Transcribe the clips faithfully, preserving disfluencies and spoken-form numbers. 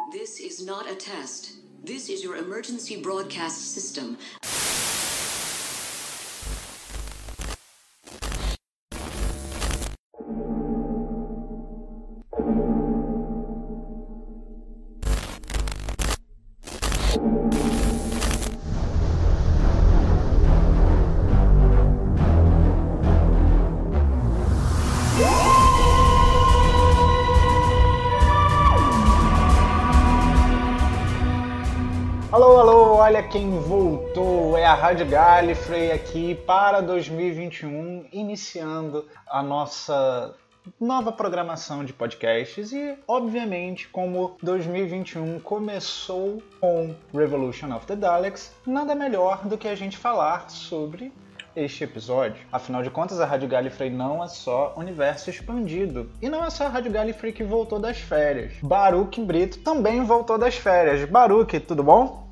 This is not a test. This is your emergency broadcast system. Alô, alô, olha quem voltou, é a Rádio Gallifrey aqui para dois mil e vinte e um, iniciando a nossa nova programação de podcasts e, obviamente, como dois mil e vinte e um começou com Revolution of the Daleks, nada melhor do que a gente falar sobre este episódio. Afinal de contas, a Rádio Gallifrey não é só universo expandido. E não é só a Rádio Gallifrey que voltou das férias. Baruch Brito também voltou das férias. Baruch, tudo bom?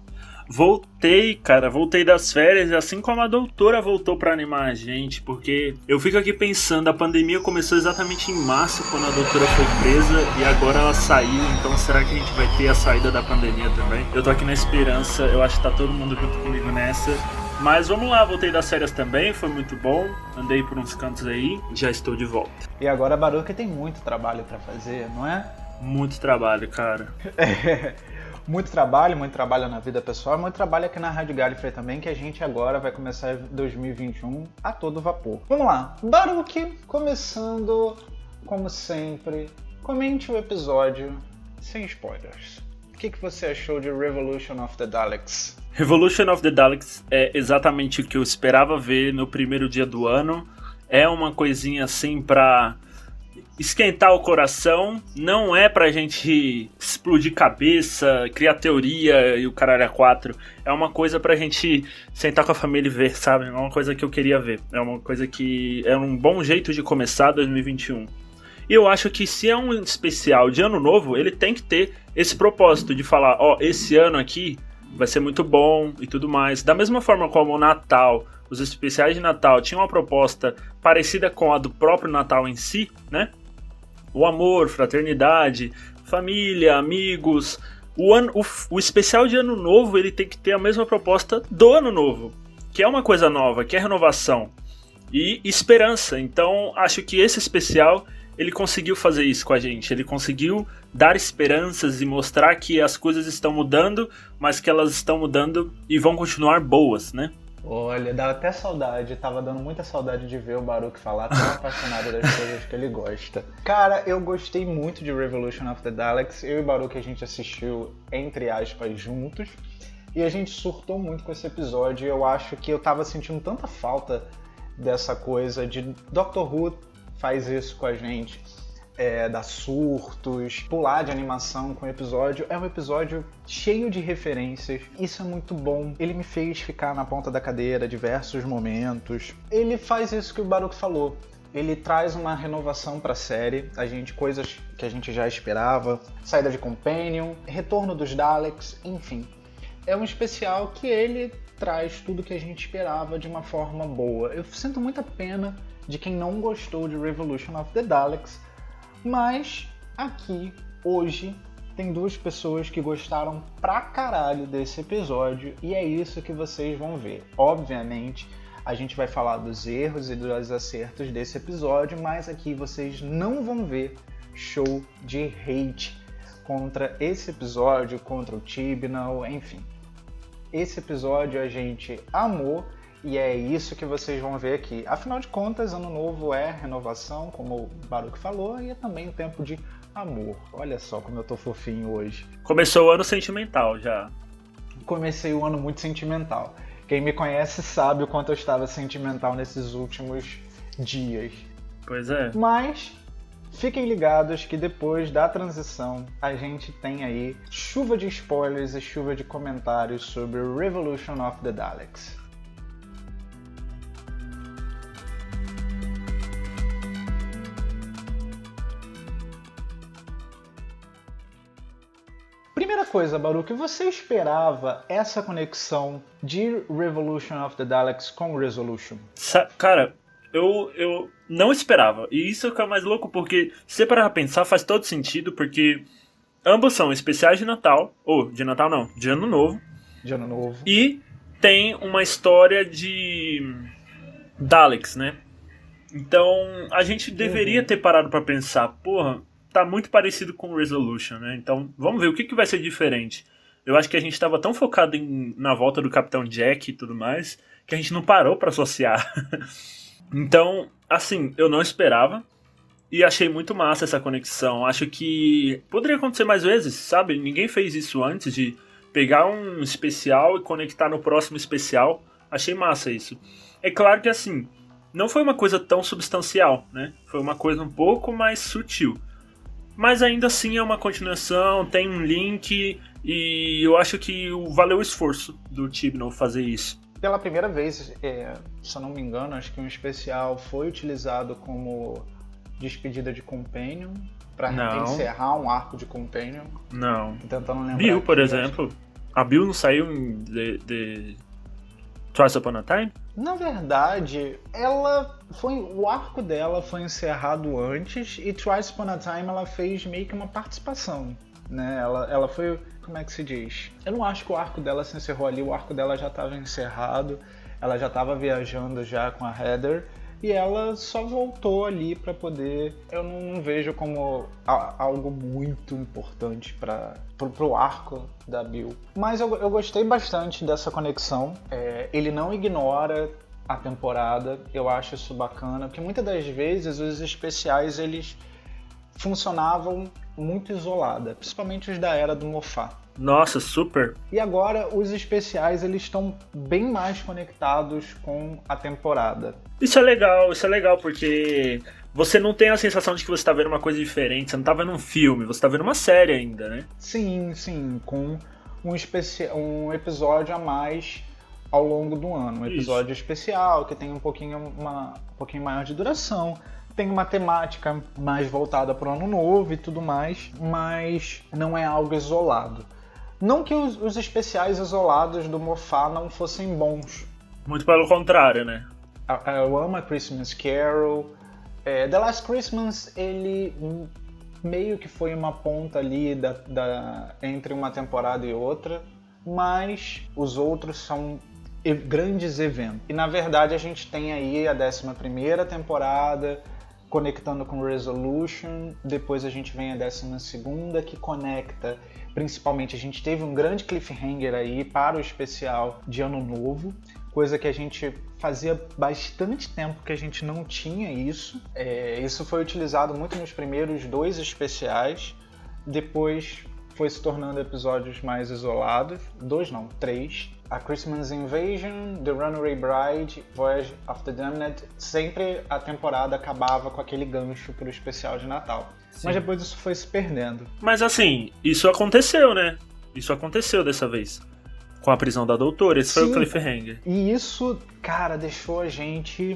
Voltei, cara, voltei das férias, assim como a doutora voltou pra animar a gente, porque eu fico aqui pensando, a pandemia começou exatamente em março, quando a doutora foi presa, e agora ela saiu, então será que a gente vai ter a saída da pandemia também? Eu tô aqui na esperança, eu acho que tá todo mundo junto comigo nessa, mas vamos lá, voltei das férias também, foi muito bom, andei por uns cantos aí, já estou de volta. E agora a Baruch tem muito trabalho pra fazer, não é? Muito trabalho, cara. É... Muito trabalho, muito trabalho na vida pessoal, muito trabalho aqui na Rádio Gallifrey também, que a gente agora vai começar dois mil e vinte e um a todo vapor. Vamos lá, Baruch, começando, como sempre, comente o episódio sem spoilers. O que, que você achou de Revolution of the Daleks? Revolution of the Daleks é exatamente o que eu esperava ver no primeiro dia do ano. É uma coisinha assim pra esquentar o coração, não é pra gente explodir cabeça, criar teoria e o caralho a quatro. É uma coisa pra gente sentar com a família e ver, sabe? É uma coisa que eu queria ver. É uma coisa que é um bom jeito de começar dois mil e vinte e um. E eu acho que se é um especial de ano novo, ele tem que ter esse propósito de falar, ó, esse ano aqui vai ser muito bom e tudo mais. Da mesma forma como o Natal, os especiais de Natal tinham uma proposta parecida com a do próprio Natal em si, né? O amor, fraternidade, família, amigos. O, ano, o, o especial de ano novo ele tem que ter a mesma proposta do ano novo, que é uma coisa nova, que é renovação e esperança. Então acho que esse especial ele conseguiu fazer isso com a gente. Ele conseguiu dar esperanças e mostrar que as coisas estão mudando, mas que elas estão mudando e vão continuar boas, né? Olha, dá até saudade, tava dando muita saudade de ver o Baruch falar, tão apaixonado das coisas que ele gosta. Cara, eu gostei muito de Revolution of the Daleks, eu e o Baruch a gente assistiu, entre aspas, juntos, e a gente surtou muito com esse episódio, e eu acho que eu tava sentindo tanta falta dessa coisa de Doctor Who faz isso com a gente. É, dar surtos, pular de animação com o episódio. É um episódio cheio de referências. Isso é muito bom. Ele me fez ficar na ponta da cadeira diversos momentos. Ele faz isso que o Baruch falou. Ele traz uma renovação para a série, a gente, coisas que a gente já esperava. Saída de Companion, retorno dos Daleks, enfim. É um especial que ele traz tudo que a gente esperava de uma forma boa. Eu sinto muita pena de quem não gostou de Revolution of the Daleks, mas aqui, hoje, tem duas pessoas que gostaram pra caralho desse episódio e é isso que vocês vão ver. Obviamente, a gente vai falar dos erros e dos acertos desse episódio, mas aqui vocês não vão ver show de hate contra esse episódio, contra o Chibnall, enfim. Esse episódio a gente amou. E é isso que vocês vão ver aqui. Afinal de contas, ano novo é renovação, como o Baruch falou, e é também um tempo de amor. Olha só como eu tô fofinho hoje. Começou o ano sentimental já. Comecei o ano muito sentimental. Quem me conhece sabe o quanto eu estava sentimental nesses últimos dias. Pois é. Mas fiquem ligados que depois da transição a gente tem aí chuva de spoilers e chuva de comentários sobre Revolution of the Daleks. Primeira coisa, Baruch, você esperava essa conexão de Revolution of the Daleks com Resolution? Sa- cara, eu, eu não esperava. E isso é o que é mais louco, porque se você parar pra pensar, faz todo sentido, porque Ambos são especiais de Natal, ou de Natal não, de Ano Novo. De Ano Novo. E tem uma história de Daleks, né? Então, a gente deveria Uhum. ter parado pra pensar, porra, tá muito parecido com o Resolution, né? Então, vamos ver o que, que vai ser diferente. Eu acho que a gente tava tão focado em, na volta do Capitão Jack e tudo mais, que a gente não parou pra associar. Então, assim, eu não esperava. E achei muito massa essa conexão. Acho que poderia acontecer mais vezes, sabe? Ninguém fez isso antes, de pegar um especial e conectar no próximo especial. Achei massa isso. É claro que, assim, não foi uma coisa tão substancial, né? Foi uma coisa um pouco mais sutil. Mas ainda assim é uma continuação, tem um link, e eu acho que valeu o esforço do Chibnall fazer isso. Pela primeira vez, é, se eu não me engano, acho que um especial foi utilizado como despedida de Companion, pra Não. encerrar um arco de Companion. Não. Tentando lembrar. Bill, por aqui, exemplo. A Bill não saiu em The, The Twice Upon a Time? Na verdade, ela foi, o arco dela foi encerrado antes, e Twice Upon a Time ela fez meio que uma participação, né? Ela, ela foi, como é que se diz? Eu não acho que o arco dela se encerrou ali, o arco dela já estava encerrado, ela já estava viajando já com a Heather, e ela só voltou ali para poder... Eu não, não vejo como a, algo muito importante para pro, pro arco da Bill. Mas eu, eu gostei bastante dessa conexão. É, ele não ignora a temporada, eu acho isso bacana, porque muitas das vezes os especiais eles funcionavam muito isolada, principalmente os da era do Moffat. Nossa, super. E agora os especiais eles estão bem mais conectados com a temporada. Isso é legal, isso é legal, porque você não tem a sensação de que você tá vendo uma coisa diferente, você não tá vendo um filme, você tá vendo uma série ainda, né? Sim, sim, com um, especi... um episódio a mais ao longo do ano. Um episódio Isso. especial, que tem um pouquinho, uma, um pouquinho maior de duração. Tem uma temática mais voltada para o ano novo e tudo mais, mas não é algo isolado. Não que os, os especiais isolados do Moffat não fossem bons. Muito pelo contrário, né? Eu amo a Christmas Carol. É, The Last Christmas, ele meio que foi uma ponta ali da, da, entre uma temporada e outra, mas os outros são grandes eventos. E na verdade a gente tem aí a décima primeira temporada conectando com Resolution, depois a gente vem a décima segunda que conecta, principalmente a gente teve um grande cliffhanger aí para o especial de Ano Novo, coisa que a gente fazia bastante tempo que a gente não tinha isso. É, isso foi utilizado muito nos primeiros dois especiais, depois foi se tornando episódios mais isolados, dois não, três. A Christmas Invasion, The Runaway Bride, Voyage of the Damned, sempre a temporada acabava com aquele gancho pro especial de Natal. Sim. Mas depois isso foi se perdendo. Mas assim, isso aconteceu, né? Isso aconteceu dessa vez. Com a prisão da doutora, esse Sim. foi o cliffhanger. E isso, cara, deixou a gente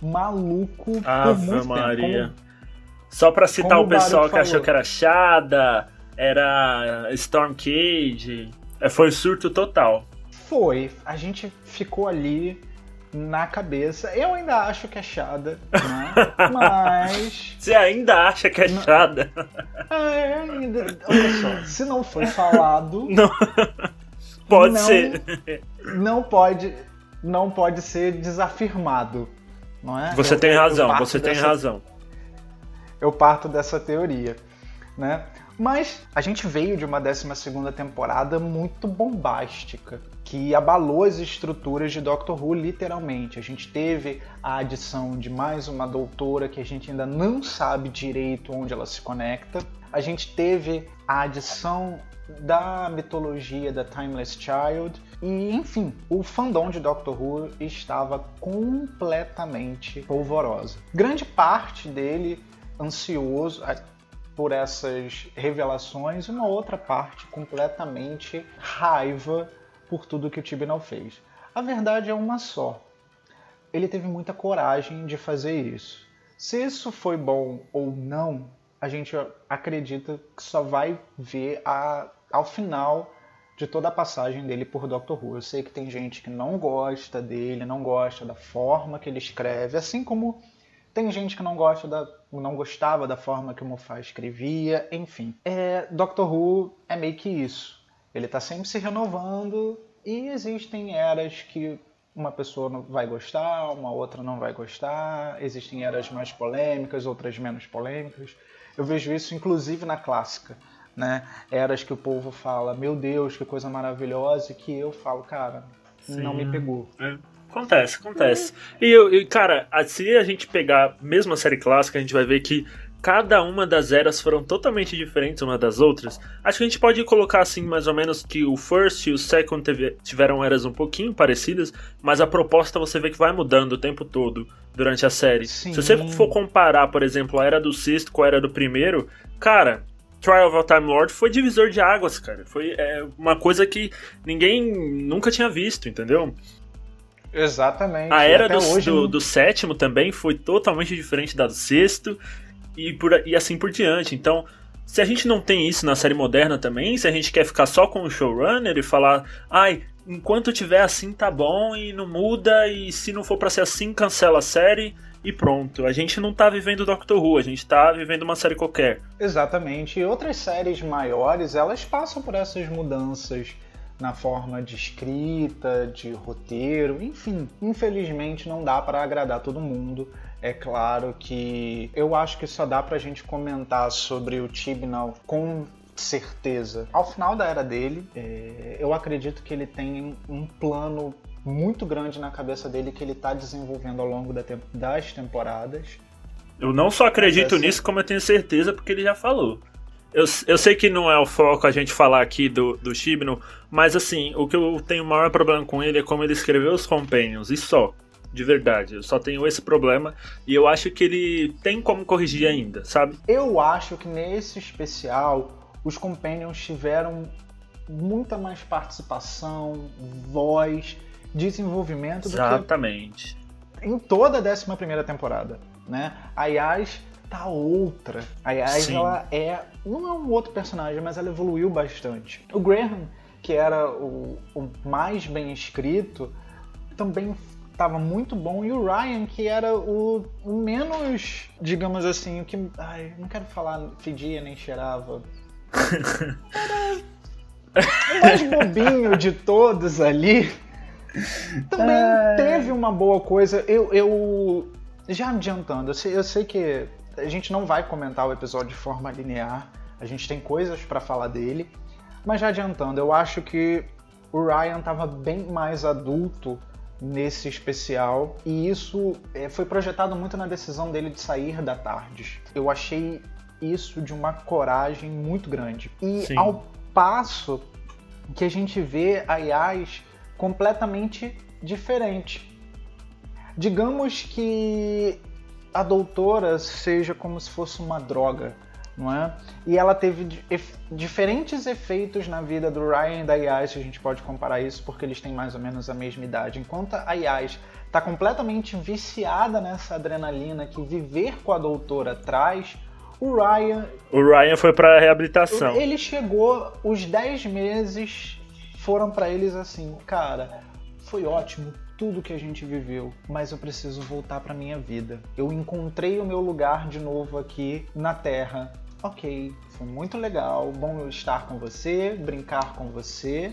maluco Ave por muito Maria. tempo. Como, Só pra citar o pessoal que falou. achou que era Shada, era Storm Cage, foi surto total. Foi, a gente ficou ali na cabeça. Eu ainda acho que é Shada, né? Mas... Você ainda acha que é Shada? É, ainda... Olha só, se não foi falado... Não. Pode não, ser. Não pode, não pode ser desafirmado, não é? Você eu, tem eu, razão, eu você tem dessa, razão. Eu parto dessa teoria, né? Mas a gente veio de uma décima segunda temporada muito bombástica, que abalou as estruturas de Doctor Who literalmente. A gente teve a adição de mais uma doutora que a gente ainda não sabe direito onde ela se conecta. A gente teve a adição da mitologia da Timeless Child e, enfim, o fandom de Doctor Who estava completamente polvorosa. Grande parte dele ansioso por essas revelações e uma outra parte completamente raiva por tudo que o Chibnall fez. A verdade é uma só. Ele teve muita coragem de fazer isso. Se isso foi bom ou não, a gente acredita que só vai ver a, ao final de toda a passagem dele por Doctor Who. Eu sei que tem gente que não gosta dele, não gosta da forma que ele escreve, assim como Tem gente que não gosta da, não gostava da forma que o Moffat escrevia, enfim. É, Doctor Who é meio que isso. Ele está sempre se renovando e existem eras que uma pessoa não vai gostar, uma outra não vai gostar. Existem eras mais polêmicas, outras menos polêmicas. Eu vejo isso inclusive na clássica, né? Eras que o povo fala, meu Deus, que coisa maravilhosa, e que eu falo, cara, Sim. não me pegou. É. Acontece, acontece. E, eu, e, cara, se a gente pegar mesmo a série clássica, a gente vai ver que cada uma das eras foram totalmente diferentes uma das outras. Acho que a gente pode colocar assim, mais ou menos, que o First e o Second teve, tiveram eras um pouquinho parecidas, mas a proposta você vê que vai mudando o tempo todo durante a série. Sim. Se você for comparar, por exemplo, a era do sexto com a era do primeiro, cara, Trial of a Time Lord foi divisor de águas, cara. Foi é, uma coisa que ninguém nunca tinha visto, entendeu? Exatamente. A era Até do, hoje do, não... do sétimo também foi totalmente diferente da do sexto e, por, e assim por diante. Então, se a gente não tem isso na série moderna também, se a gente quer ficar só com o showrunner e falar, ai, enquanto tiver assim tá bom e não muda, e se não for pra ser assim, cancela a série e pronto. A gente não tá vivendo Doctor Who, a gente tá vivendo uma série qualquer. Exatamente. E outras séries maiores, elas passam por essas mudanças na forma de escrita, de roteiro, enfim. Infelizmente não dá para agradar todo mundo. É claro que eu acho que só dá pra gente comentar sobre o Chibnall com certeza. Ao final da era dele, é, eu acredito que ele tem um plano muito grande na cabeça dele que ele tá desenvolvendo ao longo da temp- das temporadas. Eu não só acredito essa... nisso, como eu tenho certeza porque ele já falou. Eu, eu sei que não é o foco a gente falar aqui do, do Chibnall, mas assim, o que eu tenho o maior problema com ele é como ele escreveu os Companions, e só, de verdade, eu só tenho esse problema, e eu acho que ele tem como corrigir ainda, sabe? Eu acho que nesse especial, os Companions tiveram muita mais participação, voz, desenvolvimento do Exatamente. que em toda a décima primeira temporada, né? A Yas tá outra. A Yas, Sim. ela é... não é um outro personagem, mas ela evoluiu bastante. O Graham, que era o, o mais bem escrito, também estava muito bom. E o Ryan, que era o, o menos, digamos assim, o que... Ai, não quero falar fedia nem cheirava. Era o mais bobinho de todos ali. Também Ai. teve uma boa coisa. Eu, eu já adiantando, eu sei, eu sei que a gente não vai comentar o episódio de forma linear, a gente tem coisas pra falar dele, mas já adiantando, eu acho que o Ryan estava bem mais adulto nesse especial, e isso é, foi projetado muito na decisão dele de sair da TARDIS. Eu achei isso de uma coragem muito grande. E Sim. ao passo que a gente vê a Yas completamente diferente. Digamos que a doutora seja como se fosse uma droga, não é? E ela teve ef- diferentes efeitos na vida do Ryan e da Yas, se a gente pode comparar isso, porque eles têm mais ou menos a mesma idade. Enquanto a Yas está completamente viciada nessa adrenalina que viver com a doutora traz, o Ryan... O Ryan foi pra reabilitação. Ele chegou, os dez meses foram pra eles assim, cara, foi ótimo tudo que a gente viveu, mas eu preciso voltar pra minha vida. Eu encontrei o meu lugar de novo aqui na Terra. Ok, foi muito legal, bom estar com você, brincar com você,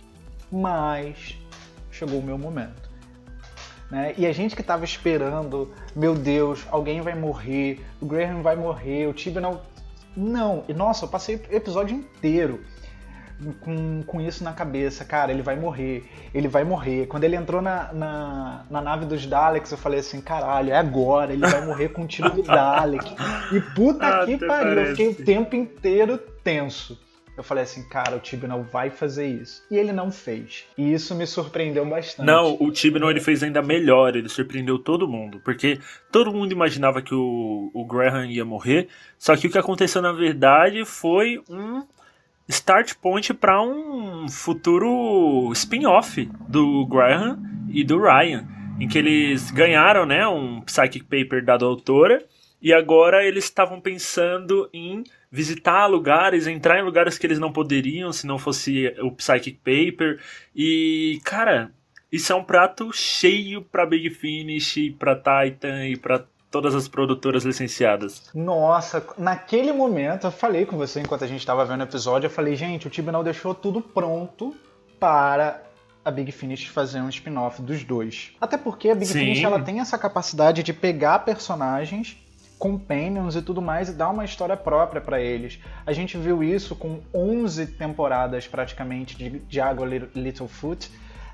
mas chegou o meu momento. Né? E a gente que tava esperando, meu Deus, alguém vai morrer, o Graham vai morrer, o Chibnall... Não, e nossa, eu passei o episódio inteiro com, com isso na cabeça, cara, ele vai morrer, ele vai morrer. Quando ele entrou na, na, na nave dos Daleks, eu falei assim, caralho, é agora, ele vai morrer com um tiro do Dalek. E puta Ah, que até pariu, eu fiquei parece. o tempo inteiro tenso. Eu falei assim, cara, o Chibnall vai fazer isso. E ele não fez. E isso me surpreendeu bastante. Não, o Chibnall ele fez ainda melhor, ele surpreendeu todo mundo, porque todo mundo imaginava que o, o Graham ia morrer, só que o que aconteceu na verdade foi um start point para um futuro spin-off do Graham e do Ryan, em que eles ganharam, né, um psychic paper da doutora, e agora eles estavam pensando em visitar lugares, entrar em lugares que eles não poderiam se não fosse o Psychic Paper. E, cara, isso é um prato cheio pra Big Finish, pra Titan e pra todas as produtoras licenciadas. Nossa, naquele momento, eu falei com você enquanto a gente estava vendo o episódio, eu falei, gente, o Tibnall deixou tudo pronto para a Big Finish fazer um spin-off dos dois. Até porque a Big Sim. Finish ela tem essa capacidade de pegar personagens, companions e tudo mais e dar uma história própria para eles. A gente viu isso com onze temporadas praticamente de Diago Littlefoot.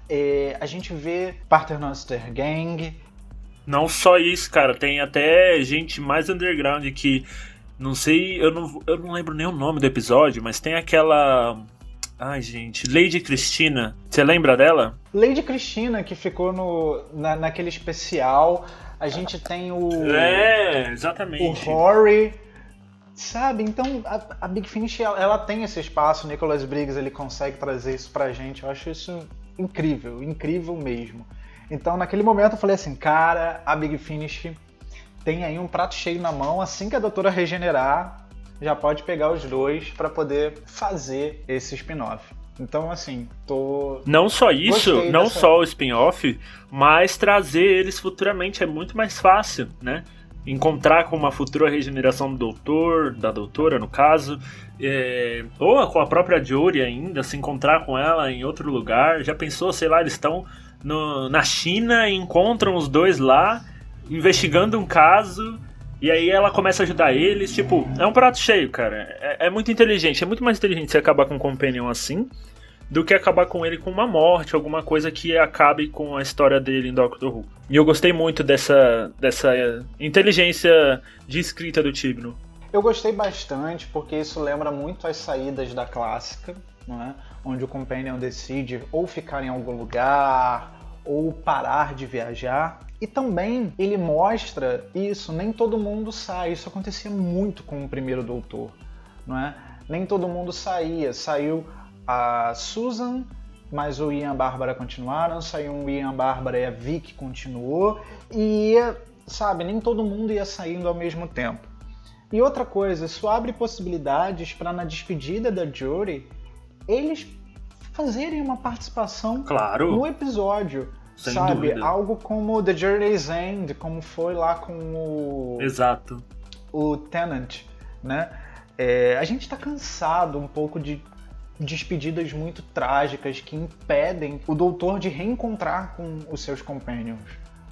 É, a gente vê Paternoster Gang. Não só isso, cara, tem até gente mais underground que, não sei, eu não, eu não lembro nem o nome do episódio, mas tem aquela... Ai, gente, Lady Cristina, você lembra dela? Lady Cristina, que ficou no, na, naquele especial. A gente tem o... É, exatamente. O Rory, sabe? Então, a, a Big Finish, ela, ela tem esse espaço. O Nicholas Briggs, ele consegue trazer isso pra gente. Eu acho isso incrível, incrível mesmo. Então, naquele momento, eu falei assim, cara, a Big Finish tem aí um prato cheio na mão. Assim que a doutora regenerar, já pode pegar os dois pra poder fazer esse spin-off. Então, assim, tô... Não só isso, Gostei não dessa... só o spin-off, mas trazer eles futuramente é muito mais fácil, né? Encontrar com uma futura regeneração do doutor, da doutora, no caso, é... ou com a própria Jory ainda, se encontrar com ela em outro lugar. Já pensou, sei lá, eles estão no... na China e encontram os dois lá, investigando um caso... E aí ela começa a ajudar eles, tipo, é um prato cheio, cara. É, é muito inteligente, é muito mais inteligente você acabar com um companion assim do que acabar com ele com uma morte, alguma coisa que acabe com a história dele em Doctor Who. E eu gostei muito dessa, dessa inteligência de escrita do Tibnall. Eu gostei bastante, porque isso lembra muito as saídas da clássica, não é? Onde o companion decide ou ficar em algum lugar, ou parar de viajar. E também ele mostra isso, nem todo mundo sai. Isso acontecia muito com o primeiro Doutor, não é? Nem todo mundo saía. Saiu a Susan, mas o Ian e a Bárbara continuaram. Saiu o Ian e a Bárbara e a Vicky continuou. E, sabe, nem todo mundo ia saindo ao mesmo tempo. E outra coisa, isso abre possibilidades para na despedida da Jory, eles fazerem uma participação Claro. no episódio. Sem sabe, dúvida. algo como The Journey's End, como foi lá com o, Exato. o Tennant, né? É, a gente tá cansado um pouco de despedidas muito trágicas que impedem o doutor de reencontrar com os seus companions,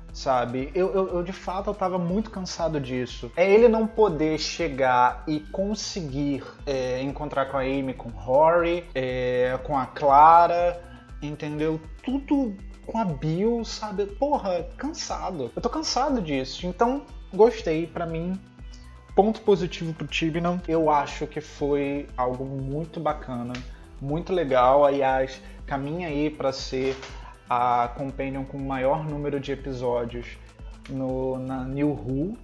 sabe? Eu, eu, eu de fato eu tava muito cansado disso. É ele não poder chegar e conseguir é, encontrar com a Amy, com o Rory, é, com a Clara, entendeu? Tudo... com a Bill, sabe? Porra, cansado. Eu tô cansado disso. Então, gostei. Pra mim, ponto positivo pro Tibnall. Eu acho que foi algo muito bacana, muito legal. Aliás, caminha aí pra ser a companion com o maior número de episódios no, na New Who.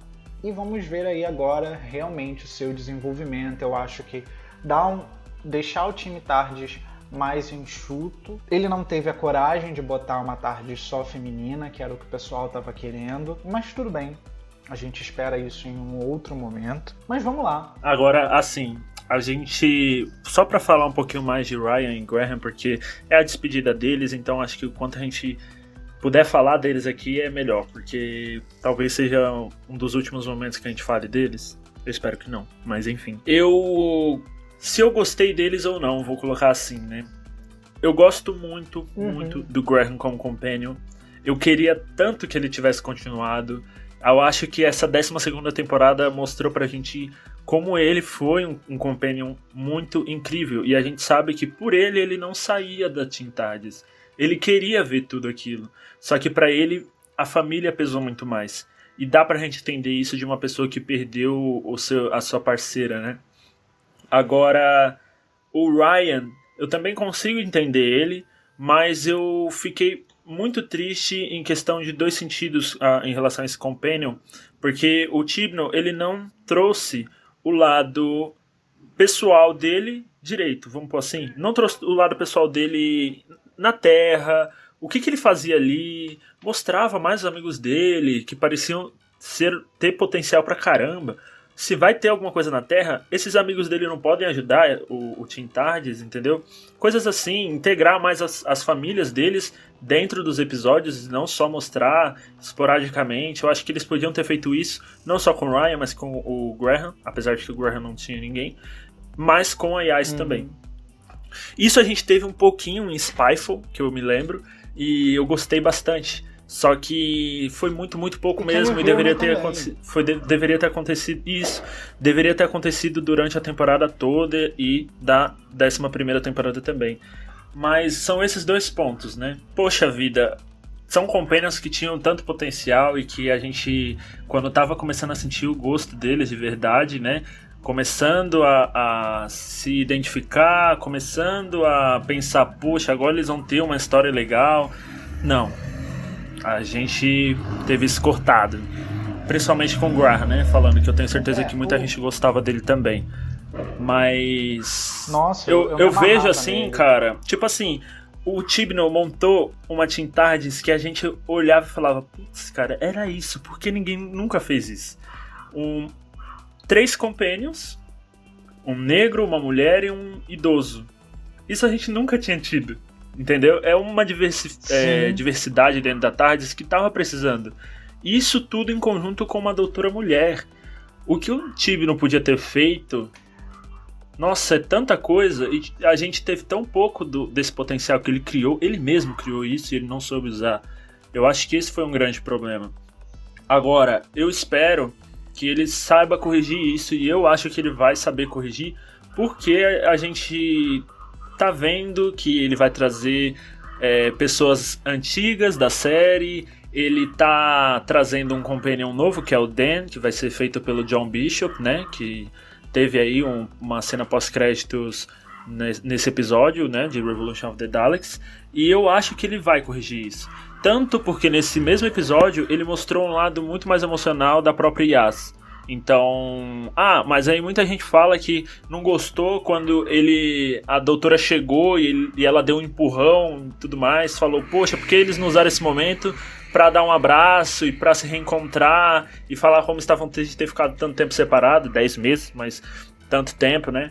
E vamos ver aí agora realmente o seu desenvolvimento. Eu acho que dá um, deixar o time TARDIS mais enxuto. Ele não teve a coragem de botar uma TARDIS só feminina, que era o que o pessoal estava querendo, mas tudo bem. A gente espera isso em um outro momento. Mas vamos lá. Agora, assim, a gente... Só pra falar um pouquinho mais de Ryan e Graham, porque é a despedida deles, então acho que o quanto a gente puder falar deles aqui é melhor, porque talvez seja um dos últimos momentos que a gente fale deles. Eu espero que não, mas enfim. Eu... Se eu gostei deles ou não, vou colocar assim, né? Eu gosto muito, Uhum. muito do Graham como companion. Eu queria tanto que ele tivesse continuado. Eu acho que essa décima segunda temporada mostrou pra gente como ele foi um, um companion muito incrível. E a gente sabe que por ele, ele não saía da Teen TARDIS. Ele queria ver tudo aquilo. Só que pra ele, a família pesou muito mais. E dá pra gente entender isso de uma pessoa que perdeu o seu, a sua parceira, né? Agora, o Ryan, eu também consigo entender ele, mas eu fiquei muito triste em questão de dois sentidos uh, em relação a esse companion, porque o Tibnall, ele não trouxe o lado pessoal dele direito, vamos pôr assim, não trouxe o lado pessoal dele na Terra, o que, que ele fazia ali, mostrava mais os amigos dele, que pareciam ser, ter potencial pra caramba. se vai ter alguma coisa na Terra, esses amigos dele não podem ajudar o, o Team TARDIS, entendeu? Coisas assim, integrar mais as, as famílias deles dentro dos episódios, não só mostrar esporadicamente. Eu acho que eles podiam ter feito isso, não só com o Ryan, mas com o Graham, apesar de que o Graham não tinha ninguém, mas com a Yas hum. também. Isso a gente teve um pouquinho em Spyfall, que eu me lembro, e eu gostei bastante. Só que foi muito, muito pouco e mesmo e deveria ter, acontecido, foi, de, deveria ter acontecido isso. Deveria ter acontecido durante a temporada toda e da décima primeira temporada também. Mas são esses dois pontos, né? Poxa vida, são companions que tinham tanto potencial e que a gente, quando tava começando a sentir o gosto deles de verdade, né? Começando a, a se identificar, começando a pensar, poxa, agora eles vão ter uma história legal. Não. A gente teve isso cortado. Principalmente com o Graham, né? Falando que eu tenho certeza é, que muita o... gente gostava dele também. Mas... Nossa, eu, eu, eu vejo assim, nele. cara... Tipo assim, o Chibnall montou uma Team TARDIS que a gente olhava e falava, putz, cara, era isso. Por que ninguém nunca fez isso? Um, três companions, um negro, uma mulher e um idoso. Isso a gente nunca tinha tido. Entendeu? É uma diversi- é, diversidade dentro da TARDIS que tava precisando. Isso tudo em conjunto com uma doutora mulher. O que o Tib não podia ter feito... Nossa, é tanta coisa. E a gente teve tão pouco do, desse potencial que ele criou. Ele mesmo criou isso e ele não soube usar. Eu acho que esse foi um grande problema. Agora, eu espero que ele saiba corrigir isso. E eu acho que ele vai saber corrigir. Porque a gente... tá vendo que ele vai trazer é, pessoas antigas da série, ele tá trazendo um companion novo, que é o Dan, que vai ser feito pelo John Bishop, né, que teve aí um, uma cena pós-créditos nesse episódio, né, de Revolution of the Daleks, e eu acho que ele vai corrigir isso. Tanto porque nesse mesmo episódio ele mostrou um lado muito mais emocional da própria Yas. Então, ah, mas aí muita gente fala que não gostou quando ele, a doutora chegou e, ele, e ela deu um empurrão e tudo mais, falou, poxa, por que eles não usaram esse momento pra dar um abraço e pra se reencontrar e falar como estavam tristes de ter ficado tanto tempo separado, dez meses, mas tanto tempo, né?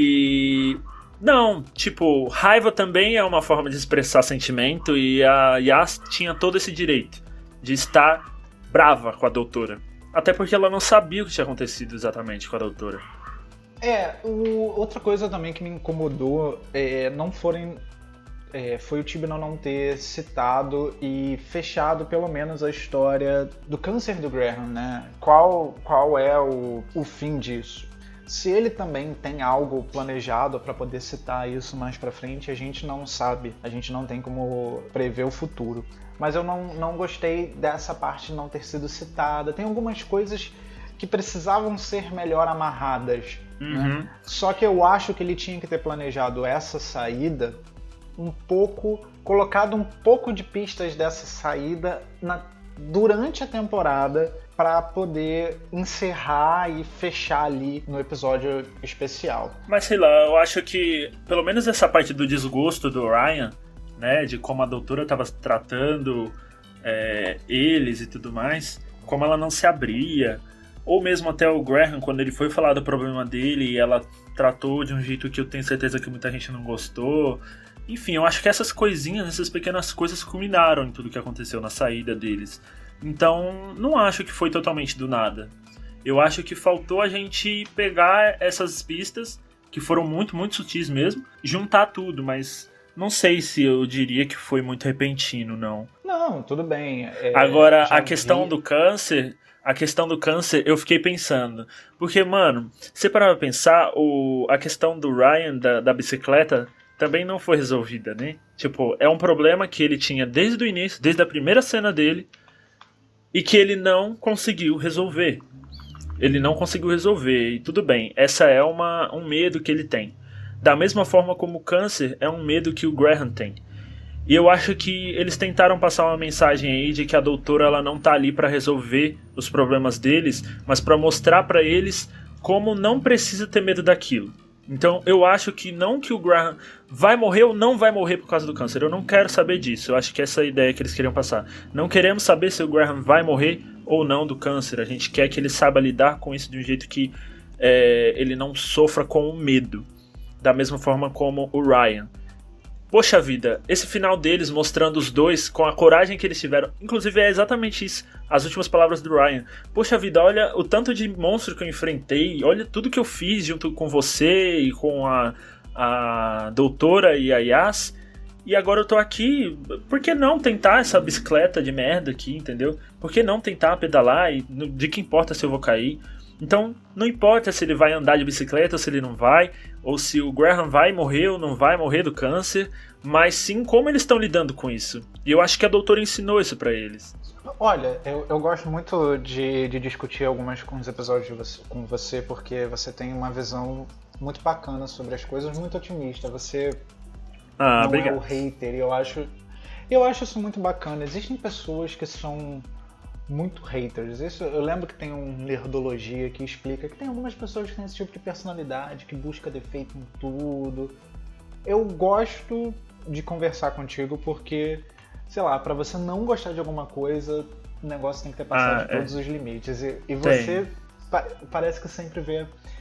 E não, tipo, raiva também é uma forma de expressar sentimento e a Yas tinha todo esse direito de estar brava com a doutora. Até porque ela não sabia o que tinha acontecido exatamente com a doutora. É, o, outra coisa também que me incomodou é, não forem, é, foi o Chibnall não ter citado e fechado pelo menos a história do câncer do Graham, né? Qual, qual é o, o fim disso? Se ele também tem algo planejado para poder citar isso mais pra frente, a gente não sabe, a gente não tem como prever o futuro. Mas eu não, não gostei dessa parte não ter sido citada. Tem algumas coisas que precisavam ser melhor amarradas. Uhum. Né? Só que eu acho que ele tinha que ter planejado essa saída um pouco, colocado um pouco de pistas dessa saída na, durante a temporada para poder encerrar e fechar ali no episódio especial. Mas sei lá, eu acho que pelo menos essa parte do desgosto do Ryan, né, de como a doutora estava tratando é, eles e tudo mais, como ela não se abria, ou mesmo até o Graham, quando ele foi falar do problema dele e ela tratou de um jeito que eu tenho certeza que muita gente não gostou. Enfim, eu acho que essas coisinhas, essas pequenas coisas culminaram em tudo que aconteceu na saída deles. Então, não acho que foi totalmente do nada. Eu acho que faltou a gente pegar essas pistas, que foram muito, muito sutis mesmo, juntar tudo, mas... Não sei se eu diria que foi muito repentino, não. Não, tudo bem. É, Agora, a questão vi... do câncer, a questão do câncer, eu fiquei pensando. Porque, mano, se você parar pra pensar, o, a questão do Ryan, da, da bicicleta, também não foi resolvida, né? Tipo, é um problema que ele tinha desde o início, desde a primeira cena dele, e que ele não conseguiu resolver. Ele não conseguiu resolver, e tudo bem, essa é uma, um medo que ele tem. Da mesma forma como o câncer é um medo que o Graham tem. E eu acho que eles tentaram passar uma mensagem aí de que a doutora ela não tá ali para resolver os problemas deles, mas para mostrar para eles como não precisa ter medo daquilo. Então eu acho que não que o Graham vai morrer ou não vai morrer por causa do câncer. Eu não quero saber disso. Eu acho que essa é a ideia que eles queriam passar. Não queremos saber se o Graham vai morrer ou não do câncer. A gente quer que ele saiba lidar com isso de um jeito que é, ele não sofra com o medo. Da mesma forma como o Ryan. Poxa vida, esse final deles mostrando os dois com a coragem que eles tiveram. Inclusive é exatamente isso, as últimas palavras do Ryan. Poxa vida, olha o tanto de monstro que eu enfrentei, olha tudo que eu fiz junto com você e com a, a doutora e a Yas. E agora eu tô aqui, por que não tentar essa bicicleta de merda aqui, entendeu? Por que não tentar pedalar e de que importa se eu vou cair? Então, não importa se ele vai andar de bicicleta ou se ele não vai, ou se o Graham vai morrer ou não vai morrer do câncer, mas sim como eles estão lidando com isso. E eu acho que a doutora ensinou isso pra eles. Olha, eu, eu gosto muito de, de discutir alguns, alguns episódios de você, com você, porque você tem uma visão muito bacana sobre as coisas, muito otimista. Você ah, não obrigado. é o hater, e eu acho, eu acho isso muito bacana. Existem pessoas que são muito haters. Isso, eu lembro que tem um Nerdologia que explica que tem algumas pessoas que têm esse tipo de personalidade, que busca defeito em tudo. Eu gosto de conversar contigo porque, sei lá, pra você não gostar de alguma coisa, o negócio tem que ter passado ah, de é. todos os limites. E, e você pa- parece que sempre vê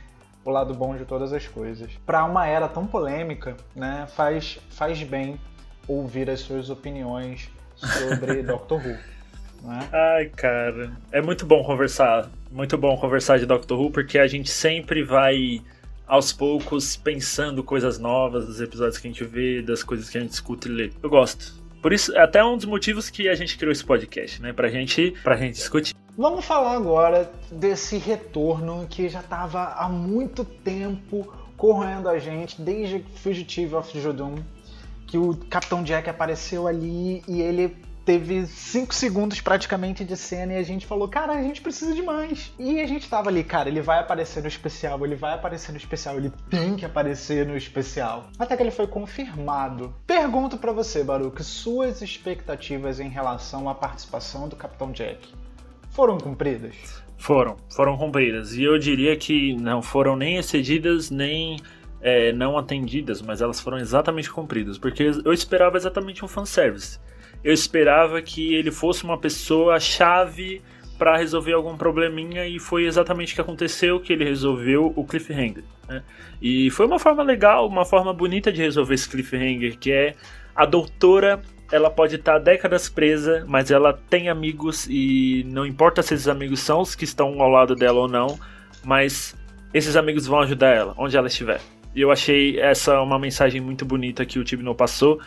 o lado bom de todas as coisas. Pra uma era tão polêmica, né, faz, faz bem ouvir as suas opiniões sobre Doctor Who. Né? Ai, cara, é muito bom conversar, muito bom conversar de Doctor Who, porque a gente sempre vai, aos poucos, pensando coisas novas dos episódios que a gente vê, das coisas que a gente escuta e lê. Eu gosto. Por isso, até um dos motivos que a gente criou esse podcast, né, pra gente, pra gente discutir. Vamos falar agora desse retorno que já tava há muito tempo correndo a gente, desde Fugitive of Judum, que o Capitão Jack apareceu ali e ele teve cinco segundos praticamente de cena e a gente falou, cara, a gente precisa de mais. E a gente tava ali, cara, ele vai aparecer no especial, ele vai aparecer no especial, ele tem que aparecer no especial. Até que ele foi confirmado. Pergunto pra você, Baruch, suas expectativas em relação à participação do Capitão Jack foram cumpridas? Foram, foram cumpridas. E eu diria que não foram nem excedidas, nem é, não atendidas, mas elas foram exatamente cumpridas. Porque eu esperava exatamente um fanservice. Eu esperava que ele fosse uma pessoa chave para resolver algum probleminha e foi exatamente o que aconteceu, que ele resolveu o cliffhanger, né? E foi uma forma legal, uma forma bonita de resolver esse cliffhanger, que é a doutora, ela pode estar décadas presa, mas ela tem amigos e não importa se esses amigos são os que estão ao lado dela ou não, mas esses amigos vão ajudar ela, onde ela estiver. E eu achei essa uma mensagem muito bonita que o Chibnall passou.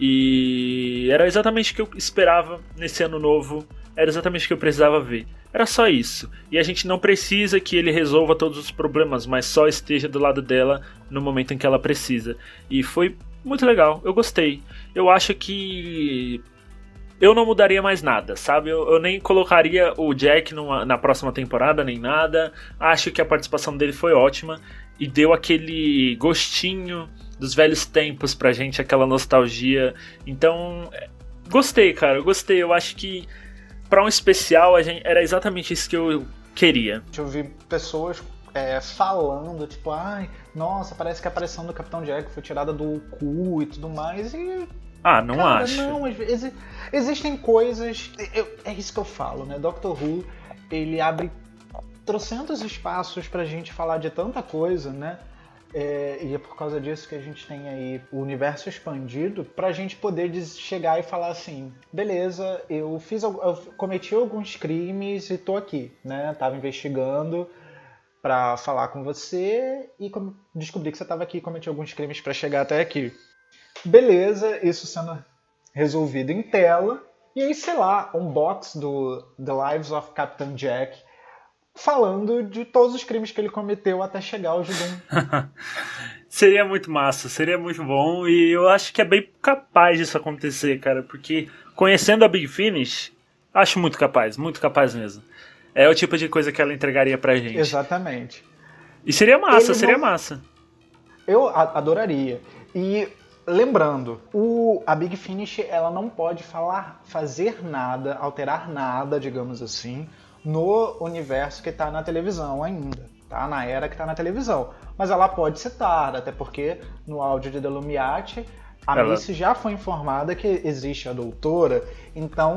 E era exatamente o que eu esperava nesse ano novo. Era exatamente o que eu precisava ver. Era só isso. E a gente não precisa que ele resolva todos os problemas, mas só esteja do lado dela no momento em que ela precisa. E foi muito legal, eu gostei. Eu acho que eu não mudaria mais nada, sabe? Eu, eu nem colocaria o Jack numa, na próxima temporada, nem nada. Acho que a participação dele foi ótima e deu aquele gostinho dos velhos tempos pra gente, aquela nostalgia. Então, gostei, cara, eu gostei. Eu acho que pra um especial a gente, era exatamente isso que eu queria. Eu vi pessoas é, falando, tipo, ai, nossa, parece que a aparição do Capitão Jack foi tirada do cu e tudo mais, e... Ah, não cara, acho. Não, exi- existem coisas... Eu, é isso que eu falo, né? Doctor Who, ele abre trocentos espaços pra gente falar de tanta coisa, né? É, e é por causa disso que a gente tem aí o universo expandido pra gente poder des- chegar e falar assim, beleza, eu fiz, al- eu cometi alguns crimes e tô aqui, né? Tava investigando pra falar com você e com- descobri que você tava aqui e cometi alguns crimes pra chegar até aqui. Beleza, isso sendo resolvido em tela. E aí, sei lá, um box do The Lives of Captain Jack falando de todos os crimes que ele cometeu até chegar ao Judum. Seria muito massa, seria muito bom. E eu acho que é bem capaz disso acontecer, cara. Porque conhecendo a Big Finish, acho muito capaz, muito capaz mesmo. É o tipo de coisa que ela entregaria pra gente. Exatamente. E seria massa, Ele seria não... massa. Eu a- adoraria. E lembrando, o, a Big Finish ela não pode falar, fazer nada, alterar nada, digamos assim, no universo que está na televisão ainda, tá? Na era que está na televisão. Mas ela pode citar, até porque no áudio de Delumiate, a Ela... Missy já foi informada que existe a doutora, então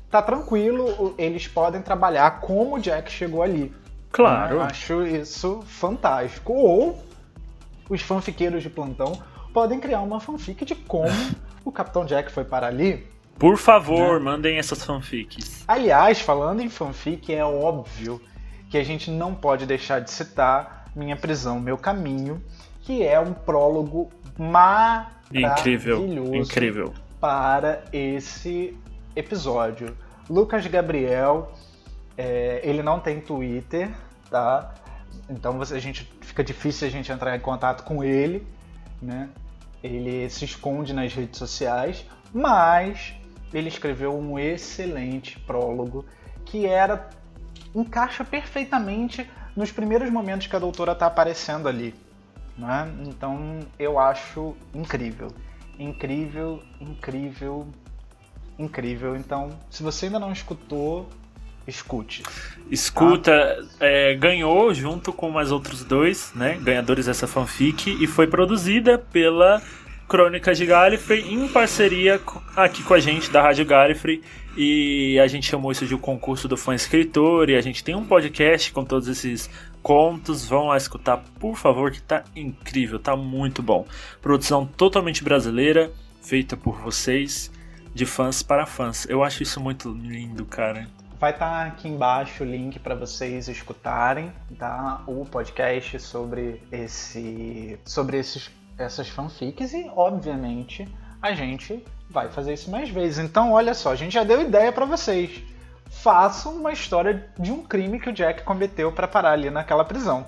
tá tranquilo, eles podem trabalhar como o Jack chegou ali. Claro. Eu acho isso fantástico. Ou os fanfiqueiros de plantão podem criar uma fanfic de como o Capitão Jack foi para ali. Por favor, né? Mandem essas fanfics. Aliás, falando em fanfic, é óbvio que a gente não pode deixar de citar Minha Prisão, Meu Caminho, que é um prólogo maravilhoso incrível, incrível. para esse episódio. Lucas Gabriel, é, ele não tem Twitter, tá? Então você, a gente, fica difícil a gente entrar em contato com ele, né? Ele se esconde nas redes sociais, mas ele escreveu um excelente prólogo que era encaixa perfeitamente nos primeiros momentos que a doutora está aparecendo ali, né? Então eu acho incrível, incrível, incrível, incrível. Então, se você ainda não escutou, escute. Escuta, tá? é, ganhou junto com mais outros dois, né, ganhadores dessa fanfic, e foi produzida pela Crônicas de Gallifrey em parceria aqui com a gente da Rádio Gallifrey, e a gente chamou isso de o concurso do fã escritor, e a gente tem um podcast com todos esses contos. Vão lá escutar, por favor, que tá incrível, tá muito bom. Produção totalmente brasileira, feita por vocês, de fãs para fãs. Eu acho isso muito lindo, cara. Vai estar aqui embaixo o link para vocês escutarem, tá? O podcast sobre esse, sobre esses, essas fanfics, e obviamente a gente vai fazer isso mais vezes. Então, olha só, a gente já deu ideia para vocês. Façam uma história de um crime que o Jack cometeu para parar ali naquela prisão.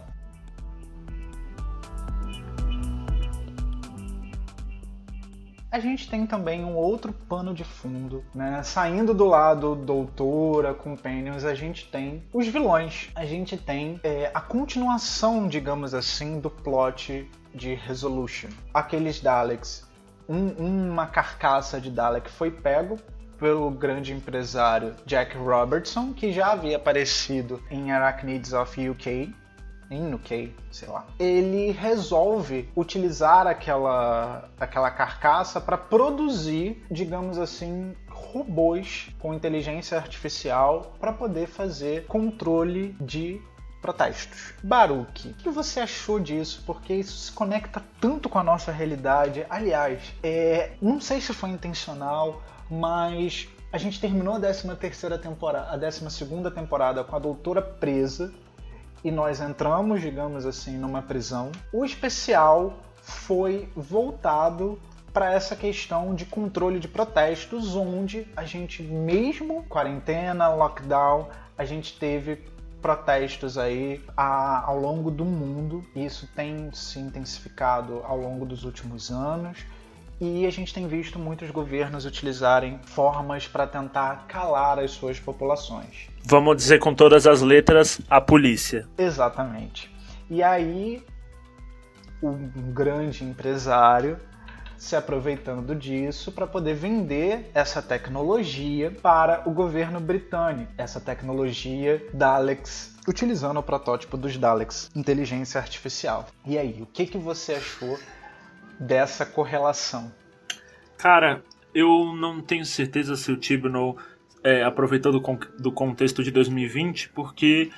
A gente tem também um outro pano de fundo, né? Saindo do lado doutora, companions, a gente tem os vilões. A gente tem é, a continuação, digamos assim, do plot de Resolution. Aqueles Daleks, um, uma carcaça de Dalek foi pego pelo grande empresário Jack Robertson, que já havia aparecido em Arachnids of U K, em U K, sei lá. Ele resolve utilizar aquela, aquela carcaça para produzir, digamos assim, robôs com inteligência artificial para poder fazer controle de protestos. Baruch, o que você achou disso? Porque isso se conecta tanto com a nossa realidade. Aliás, é, não sei se foi intencional, mas a gente terminou a décima terceira temporada, a décima segunda temporada com a doutora presa, e nós entramos, digamos assim, numa prisão. O especial foi voltado para essa questão de controle de protestos, onde a gente, mesmo quarentena, lockdown, a gente teve protestos aí a, ao longo do mundo. Isso tem se intensificado ao longo dos últimos anos, e a gente tem visto muitos governos utilizarem formas para tentar calar as suas populações. Vamos dizer com todas as letras, a polícia. Exatamente. E aí, um grande empresário se aproveitando disso para poder vender essa tecnologia para o governo britânico. Essa tecnologia Daleks, utilizando o protótipo dos Daleks, inteligência artificial. E aí, o que, que você achou dessa correlação? Cara, eu não tenho certeza se o Chibnall é, aproveitou do, con- do contexto de dois mil e vinte, porque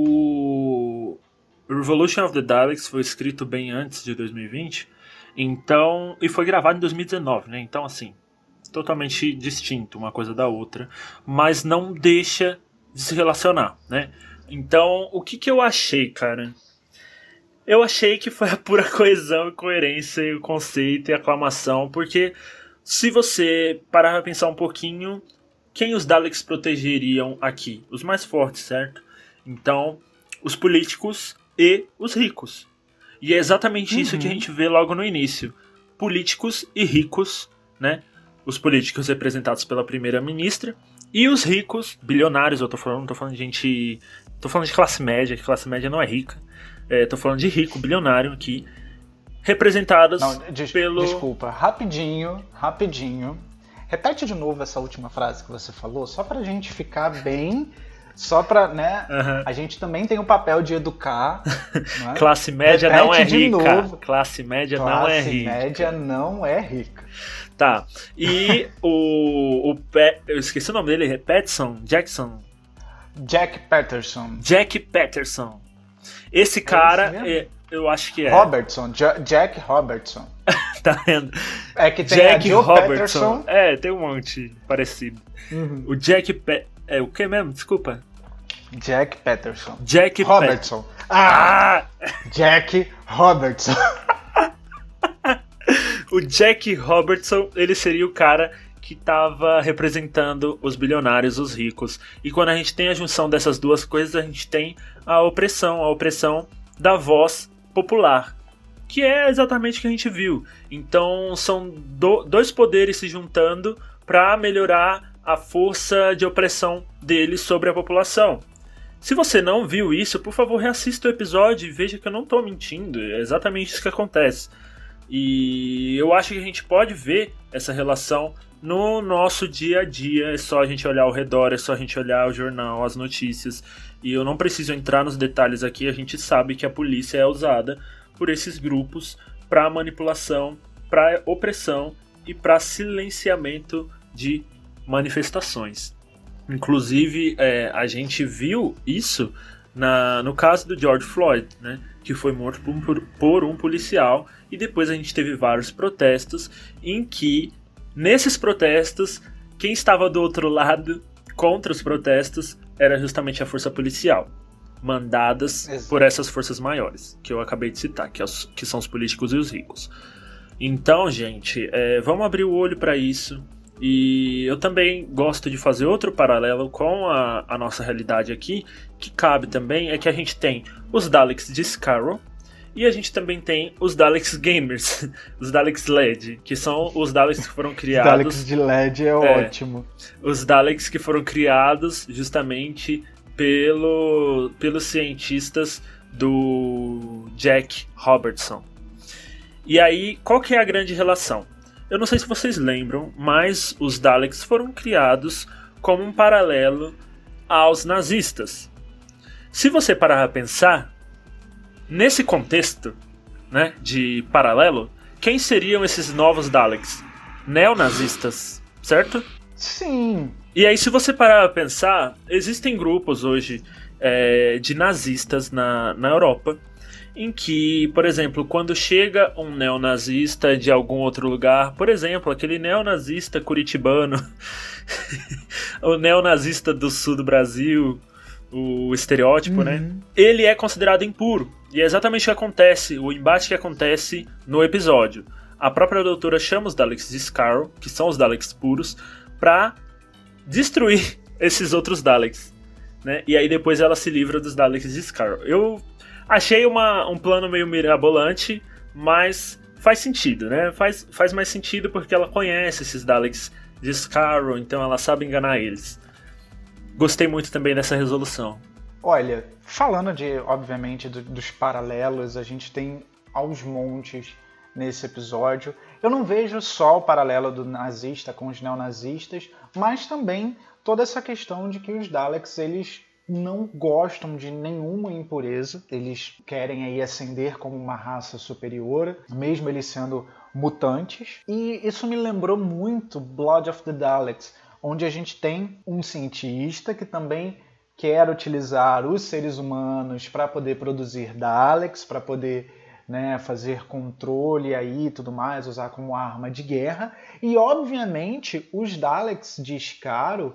o Revolution of the Daleks foi escrito bem antes de dois mil e vinte, então, e foi gravado em dois mil e dezenove, né? Então, assim, totalmente distinto uma coisa da outra, mas não deixa de se relacionar, né? Então, o que, que eu achei, cara? Eu achei que foi a pura coesão e coerência e o conceito e aclamação, porque se você parar pra pensar um pouquinho, quem os Daleks protegeriam aqui? Os mais fortes, certo? Então, os políticos e os ricos. E é exatamente uhum. isso que a gente vê logo no início. Políticos e ricos, né? Os políticos representados pela primeira-ministra e os ricos, bilionários, eu tô falando, não tô falando de gente... Tô falando de classe média, que classe média não é rica. É, tô falando de rico, bilionário aqui, representados não, des- pelo... Desculpa, rapidinho, rapidinho. Repete de novo essa última frase que você falou, só pra gente ficar bem Só pra, né, Uhum. a gente também tem o papel de educar. Não é? Classe média Repete não é de rica. novo. Classe média Classe não é rica. média não é rica. Tá. E o. o Pe... Eu esqueci o nome dele, é Patterson? Jackson? Jack Patterson. Jack Patterson. Esse cara, mesmo? é, eu acho que é. Robertson. Ja- Jack Robertson. Tá vendo? É que tem Jack a Joe Robertson. Patterson. É, tem um monte parecido. Uhum. O Jack. Pe... É o que mesmo? Desculpa. Jack Patterson. Jack Robertson. Pe... Ah! Ah! Jack Robertson. O Jack Robertson, ele seria o cara que estava representando os bilionários, os ricos. E quando a gente tem a junção dessas duas coisas, a gente tem a opressão, a opressão da voz popular, que é exatamente o que a gente viu. Então são do, dois poderes se juntando para melhorar a força de opressão deles sobre a população. Se você não viu isso, por favor, reassista o episódio e veja que eu não estou mentindo. É exatamente isso que acontece. E eu acho que a gente pode ver essa relação no nosso dia a dia. É só a gente olhar ao redor, é só a gente olhar o jornal, as notícias. E eu não preciso entrar nos detalhes aqui, a gente sabe que a polícia é usada por esses grupos para manipulação, para opressão e para silenciamento de manifestações. Inclusive, é, a gente viu isso na, no caso do George Floyd, né, que foi morto por, por um policial, e depois a gente teve vários protestos em que, nesses protestos, quem estava do outro lado, contra os protestos, era justamente a força policial, mandadas Exato. por essas forças maiores, que eu acabei de citar, que, é os, que são os políticos e os ricos. Então, gente, é, vamos abrir o olho para isso. E eu também gosto de fazer outro paralelo com a, a nossa realidade aqui, que cabe também, é que a gente tem os Daleks de Skaro, e a gente também tem os Daleks Gamers, os Daleks L E D, que são os Daleks que foram criados... Daleks de L E D é, é ótimo. Os Daleks que foram criados justamente pelo, pelos cientistas do Jack Robertson. E aí, qual que é a grande relação? Eu não sei se vocês lembram, mas os Daleks foram criados como um paralelo aos nazistas. Se você parar a pensar, nesse contexto, né, de paralelo, quem seriam esses novos Daleks? Neonazistas, certo? Sim. E aí, se você parar a pensar, existem grupos hoje é, de nazistas na, na Europa, em que, por exemplo, quando chega um neonazista de algum outro lugar, por exemplo, aquele neonazista curitibano, o neonazista do sul do Brasil, o estereótipo, uhum. né? Ele é considerado impuro. E é exatamente o que acontece, o embate que acontece no episódio. A própria doutora chama os Daleks de Skaro, que são os Daleks puros, pra destruir esses outros Daleks, né? E aí depois ela se livra dos Daleks de Skaro. Eu achei uma, um plano meio mirabolante, mas faz sentido, né? Faz, faz mais sentido porque ela conhece esses Daleks de Skaro, então ela sabe enganar eles. Gostei muito também dessa resolução. Olha, falando de, obviamente, do, dos paralelos, a gente tem aos montes nesse episódio. Eu não vejo só o paralelo do nazista com os neonazistas, mas também toda essa questão de que os Daleks, eles não gostam de nenhuma impureza, eles querem aí ascender como uma raça superior, mesmo eles sendo mutantes. E isso me lembrou muito Blood of the Daleks, onde a gente tem um cientista que também quer utilizar os seres humanos para poder produzir Daleks, para poder, né, fazer controle aí e tudo mais, usar como arma de guerra. E, obviamente, os Daleks de Skaro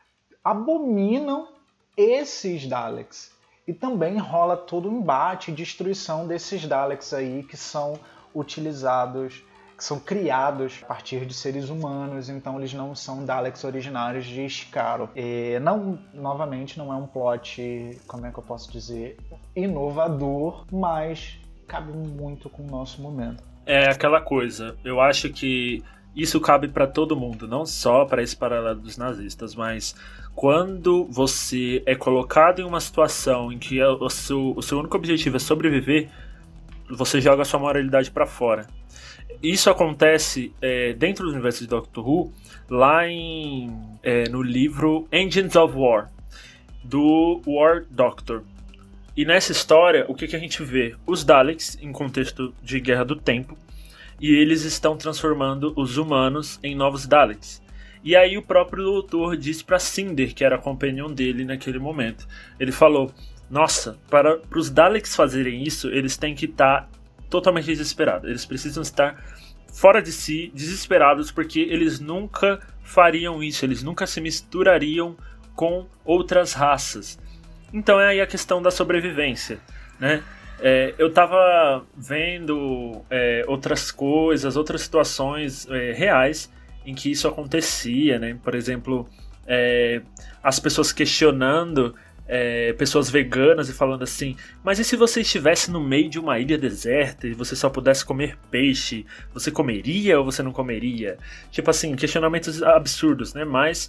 abominam esses Daleks. E também rola todo um embate e destruição desses Daleks aí que são utilizados, que são criados a partir de seres humanos, então eles não são Daleks originários de Skaro. E não, novamente, não é um plot, como é que eu posso dizer, inovador, mas cabe muito com o nosso momento. É aquela coisa, eu acho que isso cabe para todo mundo, não só para esse paralelo dos nazistas, mas quando você é colocado em uma situação em que o seu, o seu único objetivo é sobreviver, você joga a sua moralidade para fora. Isso acontece é, dentro do universo de Doctor Who, lá em, é, no livro Engines of War. do War Doctor. E nessa história, o que, que a gente vê? Os Daleks, em contexto de Guerra do Tempo, e eles estão transformando os humanos em novos Daleks. E aí o próprio doutor disse pra Cinder, que era a companion dele naquele momento. Ele falou, nossa, para os Daleks fazerem isso, eles têm que estar totalmente desesperados. Eles precisam estar fora de si, desesperados, porque eles nunca fariam isso, eles nunca se misturariam com outras raças. Então é aí a questão da sobrevivência, né? É, eu tava vendo é, outras coisas, outras situações é, reais em que isso acontecia, né? Por exemplo, é, as pessoas questionando é, pessoas veganas e falando assim, mas e se você estivesse no meio de uma ilha deserta e você só pudesse comer peixe, você comeria ou você não comeria? Tipo assim, questionamentos absurdos, né? Mas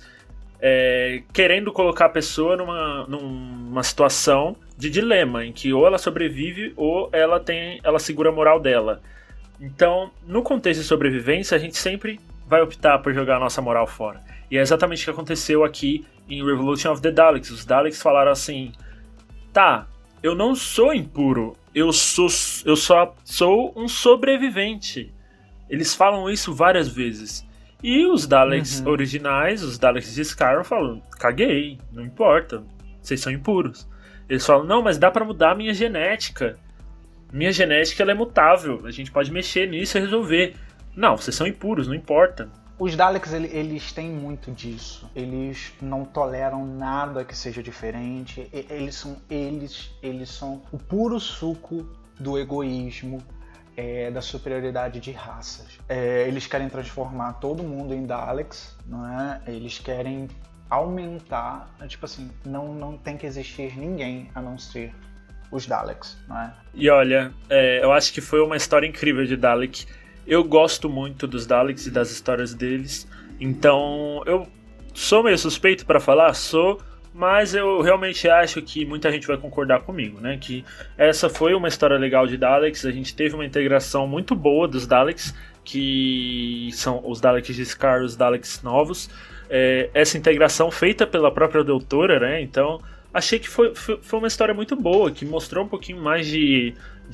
é, querendo colocar a pessoa numa, numa situação de dilema, em que ou ela sobrevive ou ela, tem, ela segura a moral dela. Então, no contexto de sobrevivência, a gente sempre vai optar por jogar a nossa moral fora. E é exatamente o que aconteceu aqui em Revolution of the Daleks. Os Daleks falaram assim, tá, eu não sou impuro, eu, sou, eu só sou um sobrevivente. Eles falam isso várias vezes. E os Daleks uhum. originais, os Daleks de Skyrim, falam, caguei, não importa, vocês são impuros. Eles falam, não, mas dá pra mudar a minha genética. Minha genética ela é mutável, a gente pode mexer nisso e resolver. Não, vocês são impuros, não importa. Os Daleks, eles têm muito disso. Eles não toleram nada que seja diferente. Eles são, eles, eles são o puro suco do egoísmo, é, da superioridade de raças. É, eles querem transformar todo mundo em Daleks, não é? Eles querem aumentar, tipo assim, não, não tem que existir ninguém a não ser os Daleks, não é? E olha, é, eu acho que foi uma história incrível de Dalek. Eu gosto muito dos Daleks e das histórias deles, então eu sou meio suspeito para falar, sou, mas eu realmente acho que muita gente vai concordar comigo, né? Que essa foi uma história legal de Daleks, a gente teve uma integração muito boa dos Daleks, que são os Daleks de Scar, os Daleks novos, é, essa integração feita pela própria doutora, né? Então achei que foi, foi uma história muito boa, que mostrou um pouquinho mais de,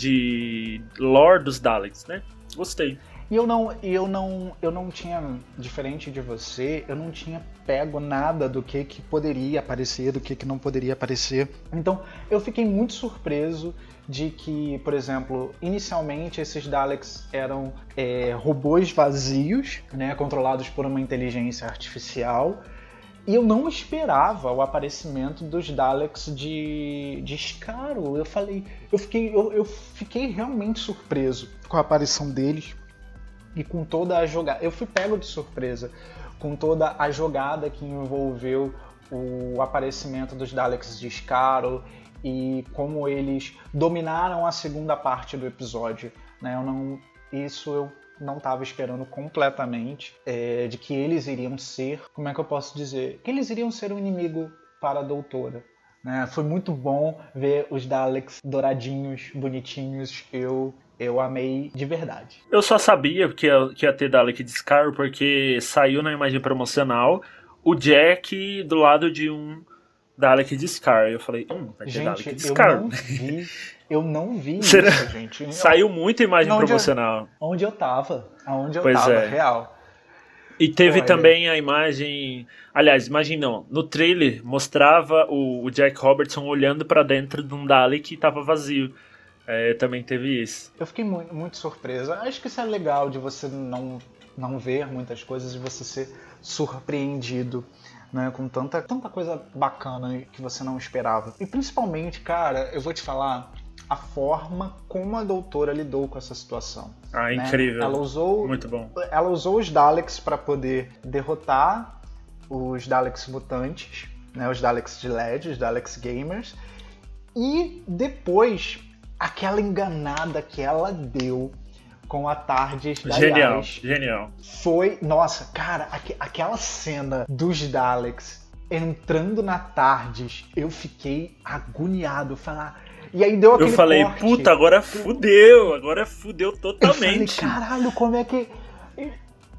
de lore dos Daleks, né? Gostei. E eu não, eu não, eu não tinha, diferente de você, eu não tinha pego nada do que, que poderia aparecer, do que, que não poderia aparecer. Então, eu fiquei muito surpreso de que, por exemplo, inicialmente esses Daleks eram é, robôs vazios, né, controlados por uma inteligência artificial. E eu não esperava o aparecimento dos Daleks de, de Skaro. Eu falei, eu fiquei, eu, eu fiquei realmente surpreso com a aparição deles e com toda a jogada. Eu fui pego de surpresa com toda a jogada que envolveu o aparecimento dos Daleks de Skaro e como eles dominaram a segunda parte do episódio, né? Eu não, isso eu não estava esperando completamente, é, de que eles iriam ser, como é que eu posso dizer? Que eles iriam ser um inimigo para a doutora, né? Foi muito bom ver os Daleks douradinhos, bonitinhos, eu, eu amei de verdade. Eu só sabia que ia, que ia ter Dalek de Scar porque saiu na imagem promocional o Jack do lado de um Dalek de Scar. Eu falei, hum, vai ter gente, Dalek de Scar. Eu não vi, eu não vi Será? Isso, gente. Saiu muita imagem onde promocional. Eu, onde eu tava, aonde eu pois tava, é. real. E teve Olha. também a imagem... Aliás, imagem não. No trailer mostrava o, o Jack Robertson olhando pra dentro de um Dalek e tava vazio. É, também teve isso. Eu fiquei muito, muito surpreso. Acho que isso é legal de você não, não ver muitas coisas e você ser surpreendido, né, com tanta, tanta coisa bacana que você não esperava. E principalmente, cara, eu vou te falar a forma como a doutora lidou com essa situação. Ah, né? incrível. Ela usou, muito bom. Ela usou os Daleks para poder derrotar os Daleks mutantes, né, os Daleks de L E D, os Daleks gamers, e depois aquela enganada que ela deu com a TARDIS da Genial, Yaris genial. Foi, nossa, cara, aqu- aquela cena dos Daleks entrando na TARDIS, eu fiquei agoniado, falar. E aí deu aquele Eu falei, corte. puta, agora fudeu, agora fudeu totalmente. Eu falei, caralho, como é que...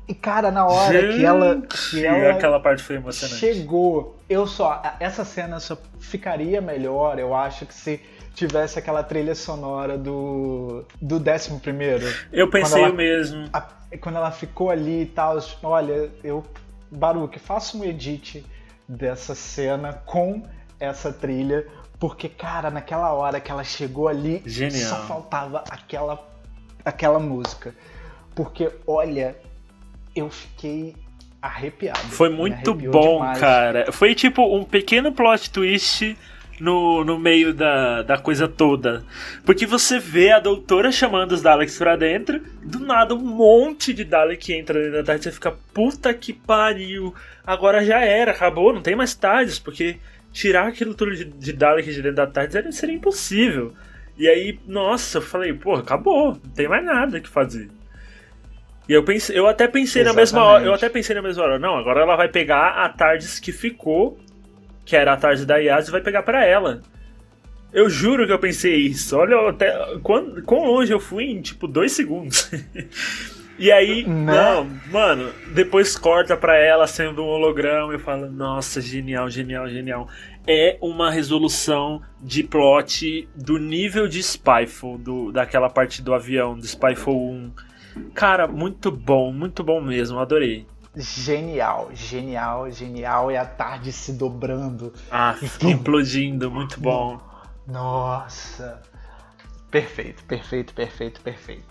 E, cara, na hora Gente, que ela, que ela aquela parte foi emocionante. chegou, eu só... Essa cena só ficaria melhor, eu acho, que se tivesse aquela trilha sonora do, do décimo primeiro. Eu pensei ela, o mesmo. A, quando ela ficou ali e tal, olha, eu... Baruch, faça um edit dessa cena com essa trilha, porque, cara, naquela hora que ela chegou ali, Genial. Só faltava aquela, aquela música. Porque, olha, eu fiquei arrepiado. Foi muito bom, demais. Cara. Foi tipo um pequeno plot twist no, no meio da, da coisa toda. Porque você vê a doutora chamando os Daleks pra dentro, do nada um monte de Dalek entra dentro da TARDIS, você fica, puta que pariu, agora já era, acabou, não tem mais TARDIS, porque tirar aquilo tudo de, de Dalek de dentro da TARDIS seria impossível. E aí, nossa, eu falei, pô, acabou, não tem mais nada que fazer. E eu pensei, eu até pensei Exatamente. na mesma hora, eu até pensei na mesma hora, não, agora ela vai pegar a TARDIS que ficou, que era a TARDIS da Yaz, e vai pegar pra ela. Eu juro que eu pensei isso. Olha até quão, quão longe eu fui em, tipo, dois segundos. E aí, não. não, mano, depois corta pra ela sendo um holograma e fala, nossa, genial, genial, genial. É uma resolução de plot do nível de Spyfall, do, daquela parte do avião, do Spyfall um. Cara, muito bom, muito bom mesmo, adorei. Genial, genial, genial. E a tarde se dobrando. Ah, implodindo, muito bom. Nossa. Perfeito, perfeito, perfeito, perfeito.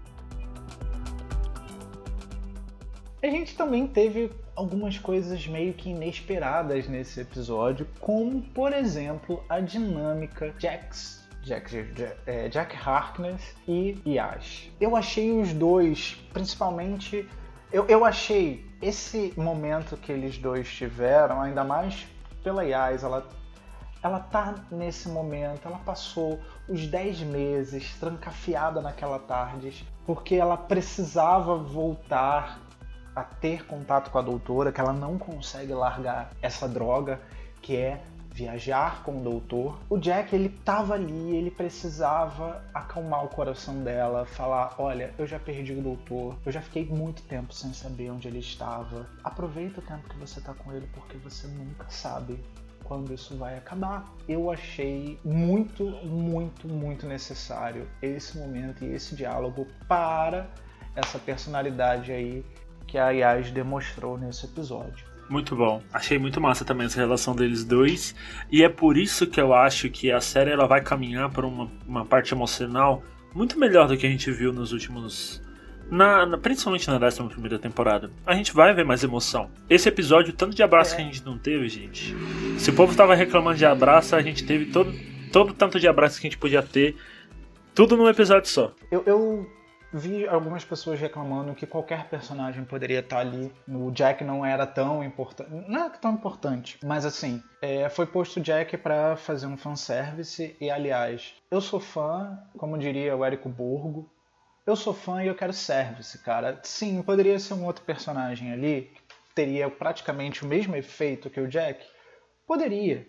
A gente também teve algumas coisas meio que inesperadas nesse episódio, como, por exemplo, a dinâmica Jax, Jack, Jack, é, Jack Harkness e Yaz. Eu achei os dois, principalmente... Eu, eu achei esse momento que eles dois tiveram, ainda mais pela Yaz, ela, ela tá nesse momento, ela passou os dez meses trancafiada naquela TARDIS, porque ela precisava voltar a ter contato com a doutora, que ela não consegue largar essa droga, que é viajar com o doutor. O Jack, ele tava ali, ele precisava acalmar o coração dela, falar, olha, eu já perdi o doutor, eu já fiquei muito tempo sem saber onde ele estava. Aproveita o tempo que você tá com ele, porque você nunca sabe quando isso vai acabar. Eu achei muito, muito, muito necessário esse momento e esse diálogo para essa personalidade aí que a Yaz demonstrou nesse episódio. Muito bom. Achei muito massa também essa relação deles dois. E é por isso que eu acho que a série ela vai caminhar para uma, uma parte emocional muito melhor do que a gente viu nos últimos... Na, na, principalmente na décima primeira temporada. A gente vai ver mais emoção. Esse episódio, tanto de abraço é. que a gente não teve, gente. Se o povo tava reclamando de abraço, a gente teve todo, todo tanto de abraço que a gente podia ter. Tudo num episódio só. Eu... eu... Vi algumas pessoas reclamando que qualquer personagem poderia estar ali. O Jack não era tão importante. Não era tão importante. Mas assim, é, foi posto o Jack pra fazer um fanservice. E aliás, eu sou fã, como diria o Érico Borgo. Eu sou fã e eu quero service, cara. Sim, poderia ser um outro personagem ali. Que teria praticamente o mesmo efeito que o Jack. Poderia,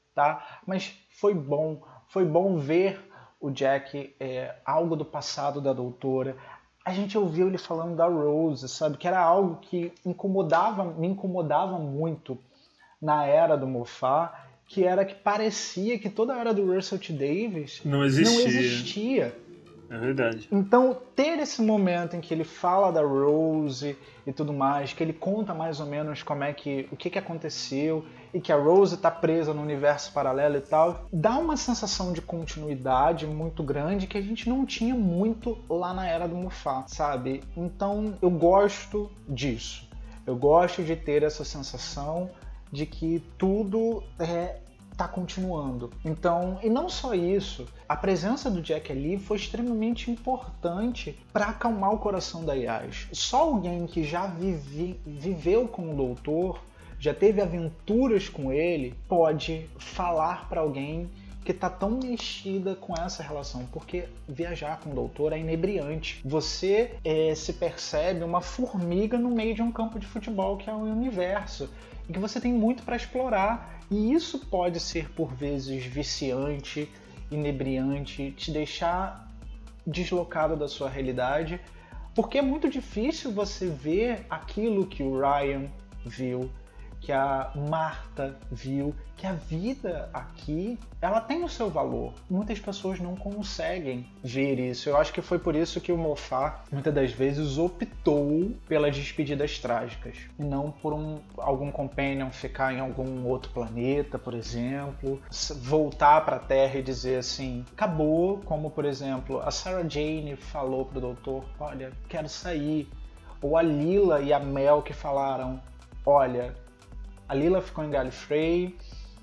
tá? Mas foi bom. Foi bom ver o Jack, é, algo do passado da doutora. A gente ouviu ele falando da Rose, sabe? Que era algo que incomodava, me incomodava muito na era do Moffat, que era que parecia que toda a era do Russell T Davies não existia. Não existia. É verdade. Então, ter esse momento em que ele fala da Rose e tudo mais, que ele conta mais ou menos como é que, o que, que aconteceu e que a Rose está presa no universo paralelo e tal, dá uma sensação de continuidade muito grande que a gente não tinha muito lá na era do Moffat, sabe? Então, eu gosto disso. Eu gosto de ter essa sensação de que tudo é... tá continuando. Então, e não só isso, a presença do Jack ali foi extremamente importante para acalmar o coração da Yaz. Só alguém que já vive, viveu com o doutor, já teve aventuras com ele, pode falar para alguém que tá tão mexida com essa relação, porque viajar com o doutor é inebriante. Você é, se percebe uma formiga no meio de um campo de futebol que é o universo, e que você tem muito para explorar. E isso pode ser, por vezes, viciante, inebriante, te deixar deslocado da sua realidade, Porque é muito difícil você ver aquilo que o Ryan viu, que a Marta viu, que a vida aqui, ela tem o seu valor. Muitas pessoas não conseguem ver isso. Eu acho que foi por isso que o Moffat, muitas das vezes, optou pelas despedidas trágicas. E não por um, algum companion ficar em algum outro planeta, por exemplo. Voltar para a Terra e dizer assim, acabou. Como, por exemplo, a Sarah Jane falou pro doutor, olha, quero sair. Ou a Lila e a Mel que falaram, olha, a Lila ficou em Gallifrey,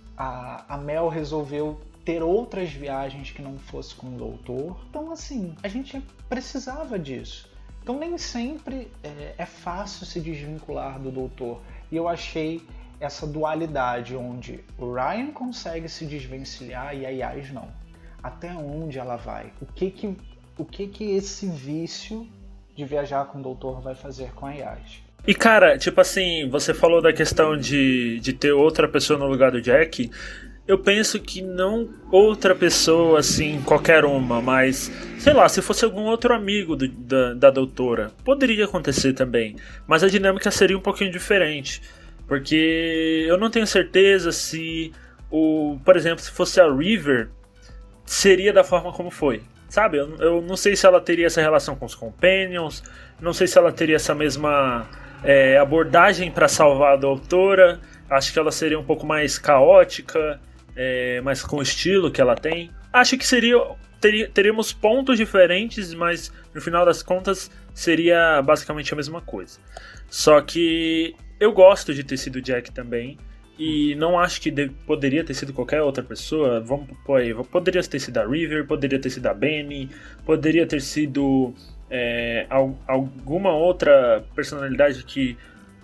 a, a Mel resolveu ter outras viagens que não fosse com o doutor. Então, assim, a gente precisava disso. Então, nem sempre é, é fácil se desvincular do doutor. E eu achei essa dualidade onde o Ryan consegue se desvencilhar e a Yas não. Até onde ela vai? O que que, o que, que esse vício de viajar com o doutor vai fazer com a Yas? E cara, tipo assim, você falou da questão de, de ter outra pessoa no lugar do Jack. Eu penso que não outra pessoa, assim, qualquer uma, mas, sei lá, se fosse algum outro amigo do, da, da doutora, poderia acontecer também. Mas a dinâmica seria um pouquinho diferente. Porque eu não tenho certeza se, o, por exemplo, se fosse a River, seria da forma como foi. Sabe, eu, eu não sei se ela teria essa relação com os Companions, não sei se ela teria essa mesma... É, abordagem para salvar a doutora. Acho que ela seria um pouco mais caótica, é, mas com o estilo que ela tem. Acho que seria teria, teríamos pontos diferentes, mas no final das contas seria basicamente a mesma coisa. Só que eu gosto de ter sido Jack também, e não acho que de, poderia ter sido qualquer outra pessoa. Vamos pôr aí, poderia ter sido a River, poderia ter sido a Benny, poderia ter sido... É, alguma outra personalidade que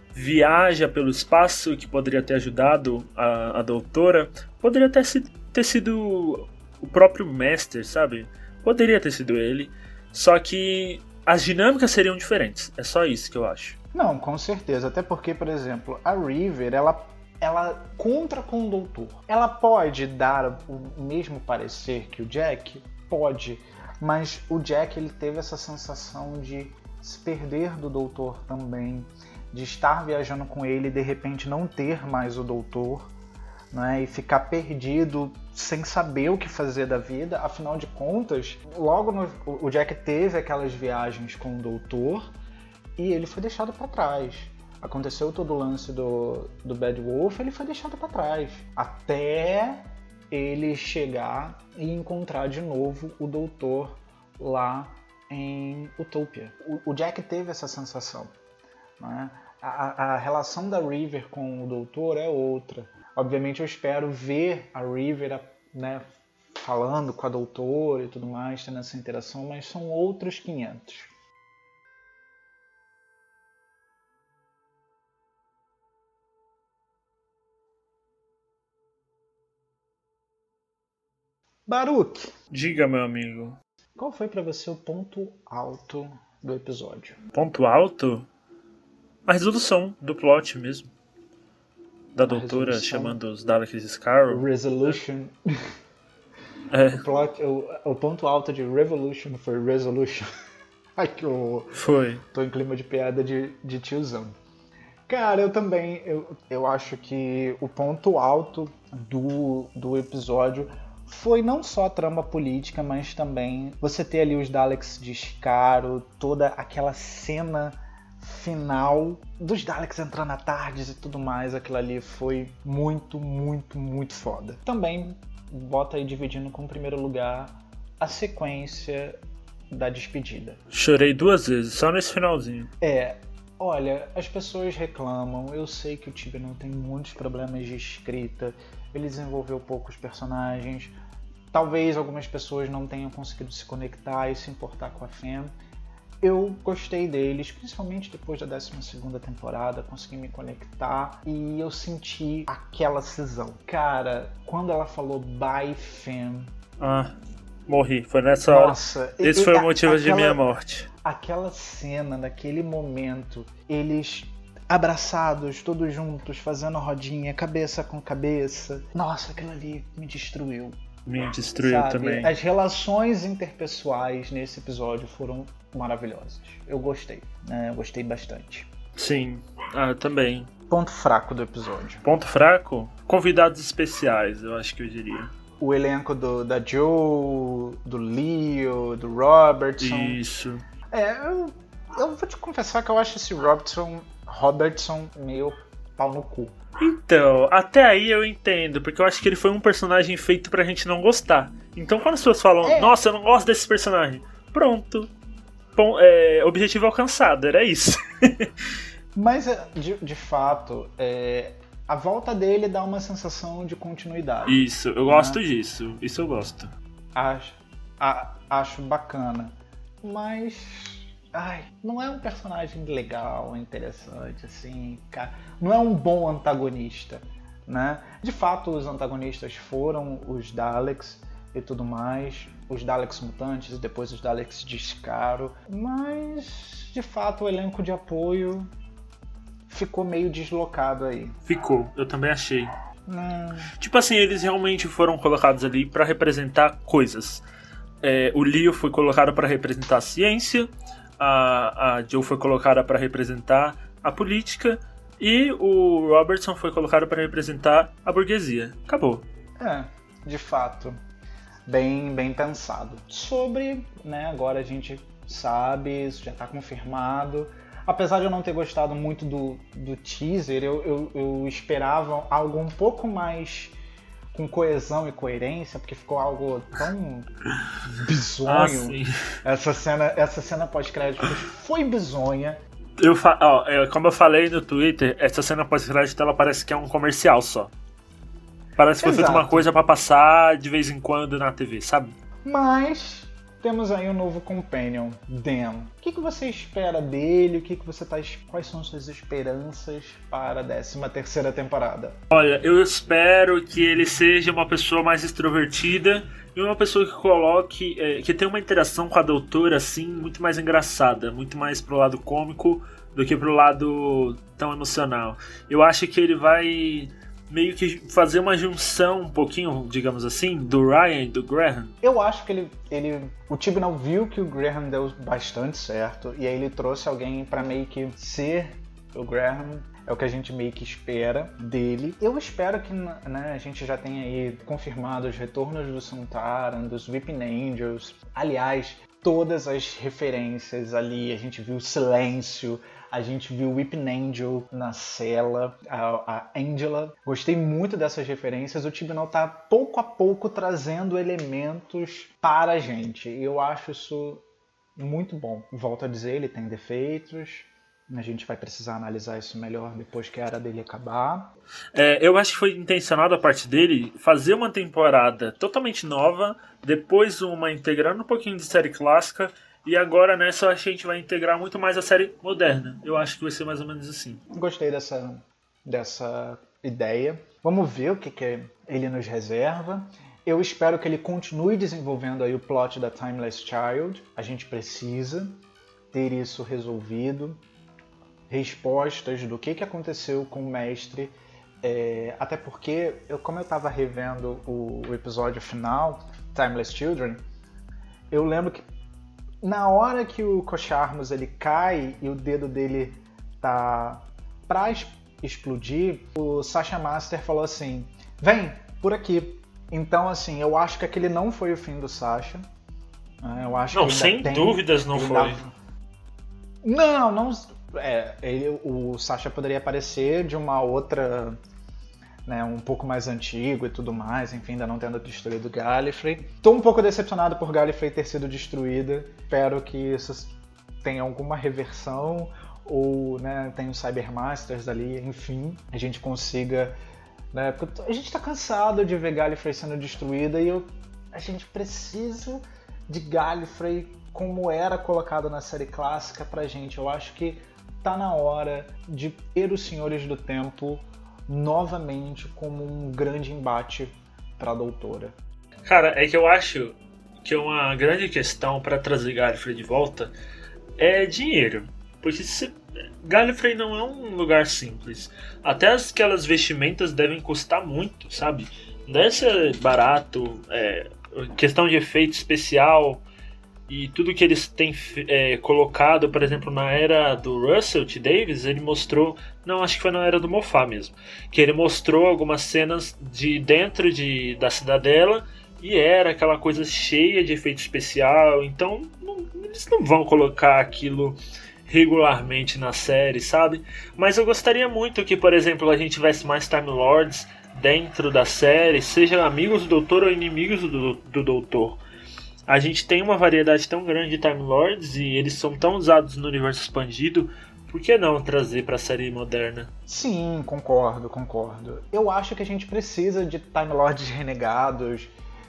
viaja pelo espaço que poderia ter ajudado a, a doutora. Poderia ter, ter sido o próprio Master, sabe? Poderia ter sido ele. Só que as dinâmicas seriam diferentes. É só isso que eu acho. Não, com certeza. Até porque, por exemplo, a River, ela, ela contra com o doutor. Ela pode dar o mesmo parecer que o Jack? Pode. Mas o Jack, ele teve essa sensação de se perder do doutor também, de estar viajando com ele e de repente não ter mais o doutor, né, e ficar perdido sem saber o que fazer da vida. Afinal de contas, logo no, o Jack teve aquelas viagens com o doutor e ele foi deixado para trás. Aconteceu todo o lance do, do Bad Wolf, ele foi deixado para trás. Até... ele chegar e encontrar de novo o doutor lá em Utopia. O, o Jack teve essa sensação, né? a, a relação da River com o doutor é outra. Obviamente eu espero ver a River, né, falando com a doutora e tudo mais, tendo essa interação, mas são outros quinhentos. Baruch, diga, meu amigo. Qual foi pra você o ponto alto do episódio? Ponto alto? A resolução do plot mesmo. Da a doutora resolução. Chamando os Daleks de Scarrow. Resolution. É. O, plot, o, o ponto alto de Revolution foi Resolution. Ai, que horror. Foi. Tô em clima de piada de, de tiozão. Cara, eu também, eu, eu acho que o ponto alto do, do episódio foi não só a trama política, mas também você ter ali os Daleks de Scarrow, toda aquela cena final dos Daleks entrando na Tardes e tudo mais, aquilo ali foi muito, muito, muito foda. Também bota aí dividindo com o primeiro lugar a sequência da despedida. Chorei duas vezes, só nesse finalzinho. É, olha, as pessoas reclamam, eu sei que o Tibenham tem muitos problemas de escrita, ele desenvolveu poucos personagens, talvez algumas pessoas não tenham conseguido se conectar e se importar com a Fem. Eu gostei deles, principalmente depois da décima segunda temporada, consegui me conectar e eu senti aquela cisão. Cara, quando ela falou bye Fem... Ah, morri. Foi nessa Nossa, hora. Esse e, foi e, o motivo aquela, de minha morte. Aquela cena, naquele momento, eles abraçados, todos juntos, fazendo rodinha, cabeça com cabeça. Nossa, aquilo ali me destruiu. Me destruiu sabe? também. As relações interpessoais nesse episódio foram maravilhosos. Eu gostei, né? Eu gostei bastante. Sim, ah, também. Ponto fraco do episódio. Ponto fraco? Convidados especiais, eu acho que eu diria. O elenco do, da Joe, do Leo, do Robertson. Isso. É, eu, eu vou te confessar que eu acho esse Robertson, Robertson meio pau no cu. Então, até aí eu entendo, porque eu acho que ele foi um personagem feito pra gente não gostar. Então quando as pessoas falam, é. nossa, eu não gosto desse personagem, pronto. Bom, é, objetivo alcançado, era isso. Mas, de, de fato, é, a volta dele dá uma sensação de continuidade. Isso, eu gosto né? disso. Isso eu gosto. Acho, a, acho bacana. Mas, ai, não é um personagem legal, interessante, assim, cara. Não é um bom antagonista, né? De fato, os antagonistas foram os Daleks e tudo mais. Os Daleks mutantes e depois os Daleks de Skaro. Mas, de fato, o elenco de apoio ficou meio deslocado aí. Ficou, eu também achei. Hum. Tipo assim, eles realmente foram colocados ali pra representar coisas. É, o Leo foi colocado pra representar a ciência, a, a Joe foi colocada pra representar a política e o Robertson foi colocado pra representar a burguesia. Acabou. É, de fato. Bem, bem pensado. Sobre, né, agora a gente sabe, isso já tá confirmado. Apesar de eu não ter gostado muito do, do teaser, eu, eu, eu esperava algo um pouco mais com coesão e coerência, porque ficou algo tão bizonho. Ah, essa cena, essa cena pós-créditos foi bizonha. Eu fa- ó, é, como eu falei no Twitter, essa cena pós-crédito ela parece que é um comercial só. Parece que foi feita uma coisa pra passar de vez em quando na T V, sabe? Mas temos aí um novo companion, Dan. O que, que você espera dele? O que, que você tá, quais são suas esperanças para a décima terceira temporada? Olha, eu espero que ele seja uma pessoa mais extrovertida e uma pessoa que coloque, é, que tenha uma interação com a doutora assim muito mais engraçada, muito mais pro lado cômico do que pro lado tão emocional. Eu acho que ele vai meio que fazer uma junção um pouquinho, digamos assim, do Ryan e do Graham. Eu acho que ele, ele o Chibnall viu que o Graham deu bastante certo e aí ele trouxe alguém pra meio que ser o Graham. É o que a gente meio que espera dele. Eu espero que, né, a gente já tenha aí confirmado os retornos do Sontaran, dos Weeping Angels. Aliás, todas as referências ali, a gente viu o Silêncio, a gente viu o Weeping Angel na cela, a, a Angela. Gostei muito dessas referências. O Chibnall tá pouco a pouco trazendo elementos para a gente. E eu acho isso muito bom. Volto a dizer, ele tem defeitos. A gente vai precisar analisar isso melhor depois que a era dele acabar. É, eu acho que foi intencionado a parte dele fazer uma temporada totalmente nova, depois uma integrando um pouquinho de série clássica, e agora nessa eu acho que a gente vai integrar muito mais a série moderna. Eu acho que vai ser mais ou menos assim. Gostei dessa, dessa ideia. Vamos ver o que, que ele nos reserva. Eu espero que ele continue desenvolvendo aí o plot da Timeless Child. A gente precisa ter isso resolvido. Respostas do que, que aconteceu com o mestre. É, até porque, eu, como eu estava revendo o, o episódio final, Timeless Children, eu lembro que na hora que o Kocharmus ele cai e o dedo dele tá pra explodir, o Sasha Master falou assim, vem, por aqui. Então, assim, eu acho que aquele não foi o fim do Sasha. Eu acho não, que sem tem, dúvidas não foi. Dá... Não, não... É, ele, o Sasha poderia aparecer de uma outra, né, um pouco mais antigo e tudo mais, enfim, ainda não tendo destruído Gallifrey. Estou um pouco decepcionado por Gallifrey ter sido destruída. Espero que isso tenha alguma reversão ou, né, tenha os Cybermasters ali, enfim, a gente consiga, né, porque a gente está cansado de ver Gallifrey sendo destruída e eu, a gente precisa de Gallifrey como era colocado na série clássica pra gente. Eu acho que tá na hora de ter os Senhores do Tempo novamente como um grande embate para a Doutora. Cara, é que eu acho que uma grande questão para trazer Gallifrey de volta é dinheiro. Porque se... Gallifrey não é um lugar simples. Até aquelas vestimentas devem custar muito, sabe? Não deve ser barato, é... questão de efeito especial. e tudo que eles têm é, colocado, por exemplo, na era do Russell T. Davies, ele mostrou, não, acho que foi na era do Moffat mesmo, que ele mostrou algumas cenas de dentro de, da Cidadela, e era aquela coisa cheia de efeito especial, então não, eles não vão colocar aquilo regularmente na série, sabe? Mas eu gostaria muito que, por exemplo, a gente tivesse mais Time Lords dentro da série, sejam amigos do Doutor ou inimigos do, do Doutor. A gente tem uma variedade tão grande de Time Lords e eles são tão usados no universo expandido, por que não trazer pra série moderna? Sim, concordo, concordo. Eu acho que a gente precisa de Time Lords renegados,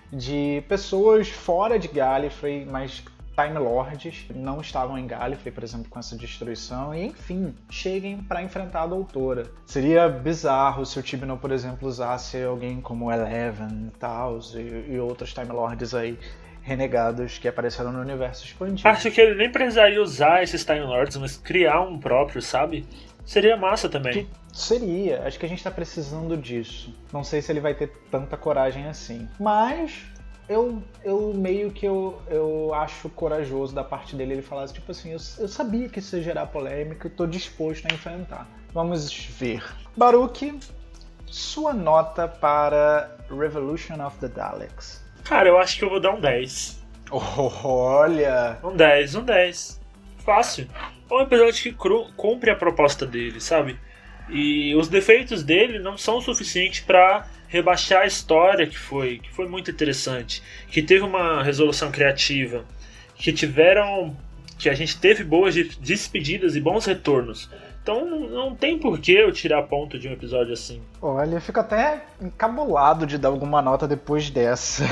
de pessoas fora de Gallifrey, mas Time Lords não estavam em Gallifrey, por exemplo, com essa destruição, e enfim, cheguem para enfrentar a Doutora. Seria bizarro se o Tibnall, por exemplo, usasse alguém como Eleven e tal, e, e outros Time Lords aí renegados que apareceram no universo expandido. Acho que ele nem precisaria usar esses Time Lords, mas criar um próprio, sabe? Seria massa também. Que seria, acho que a gente tá precisando disso. Não sei se ele vai ter tanta coragem assim, mas eu, eu meio que eu, eu acho corajoso da parte dele ele falar tipo assim, eu, eu sabia que isso ia gerar polêmica e tô disposto a enfrentar. Vamos ver. Baruch, sua nota para Revolution of the Daleks? Cara, eu acho que eu vou dar um dez. Oh, olha! Um dez, um dez. Fácil. É um episódio que cru, cumpre a proposta dele, sabe? E os defeitos dele não são o suficiente pra rebaixar a história, que foi, que foi muito interessante, que teve uma resolução criativa, que tiveram, que a gente teve boas despedidas e bons retornos. Então não tem por que eu tirar ponto de um episódio assim. Olha, eu fico até encabulado de dar alguma nota depois dessa.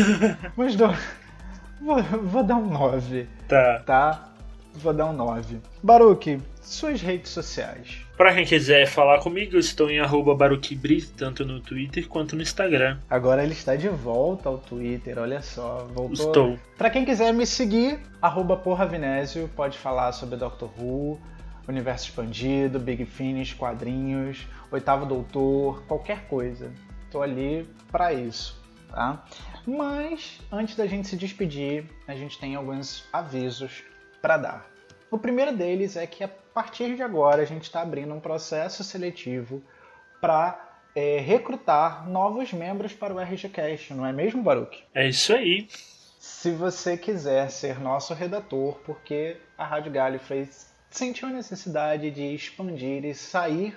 Mas dou, vou, vou dar um nove. Tá. Tá? Vou dar um nove. Baruch, suas redes sociais. Pra quem quiser falar comigo, eu estou em arroba baruchibri, tanto no Twitter quanto no Instagram. Agora ele está de volta ao Twitter, olha só. Voltou. Estou. Pra quem quiser me seguir, arroba porravinésio, pode falar sobre Doctor Who, Universo Expandido, Big Finish, quadrinhos, Oitavo Doutor, qualquer coisa. Tô ali pra isso, tá? Mas, antes da gente se despedir, a gente tem alguns avisos para dar. O primeiro deles é que a partir de agora a gente está abrindo um processo seletivo para é, recrutar novos membros para o R G Cast, não é mesmo, Baruch? É isso aí. Se você quiser ser nosso redator, porque a Rádio Gallifrey sentiu a necessidade de expandir e sair,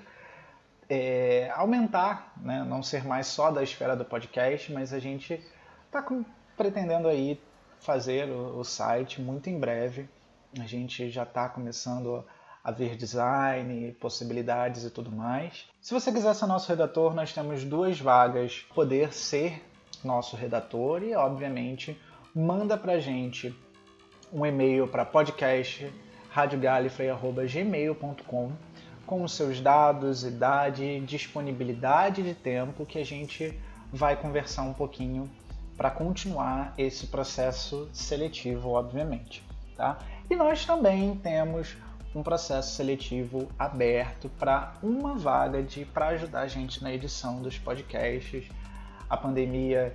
é, aumentar, né? Não ser mais só da esfera do podcast, mas a gente está pretendendo aí fazer o, o site muito em breve. A gente já está começando a ver design, possibilidades e tudo mais. Se você quiser ser nosso redator, nós temos duas vagas. Poder ser nosso redator e, obviamente, manda pra gente um e-mail para podcast radio gallifrey arroba gmail ponto com com os seus dados, idade, disponibilidade de tempo, que a gente vai conversar um pouquinho para continuar esse processo seletivo, obviamente. Tá? E nós também temos um processo seletivo aberto para uma vaga de para ajudar a gente na edição dos podcasts. A pandemia,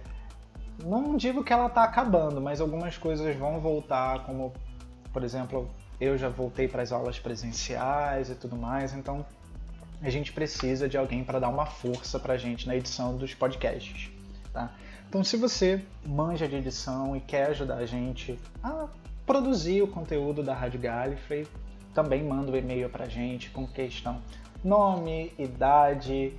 não digo que ela está acabando, mas algumas coisas vão voltar, como, por exemplo, eu já voltei para as aulas presenciais e tudo mais, então a gente precisa de alguém para dar uma força para a gente na edição dos podcasts. Tá? Então, se você manja de edição e quer ajudar a gente a produzir o conteúdo da Rádio Gallifrey, também manda um e-mail pra gente com questão nome, idade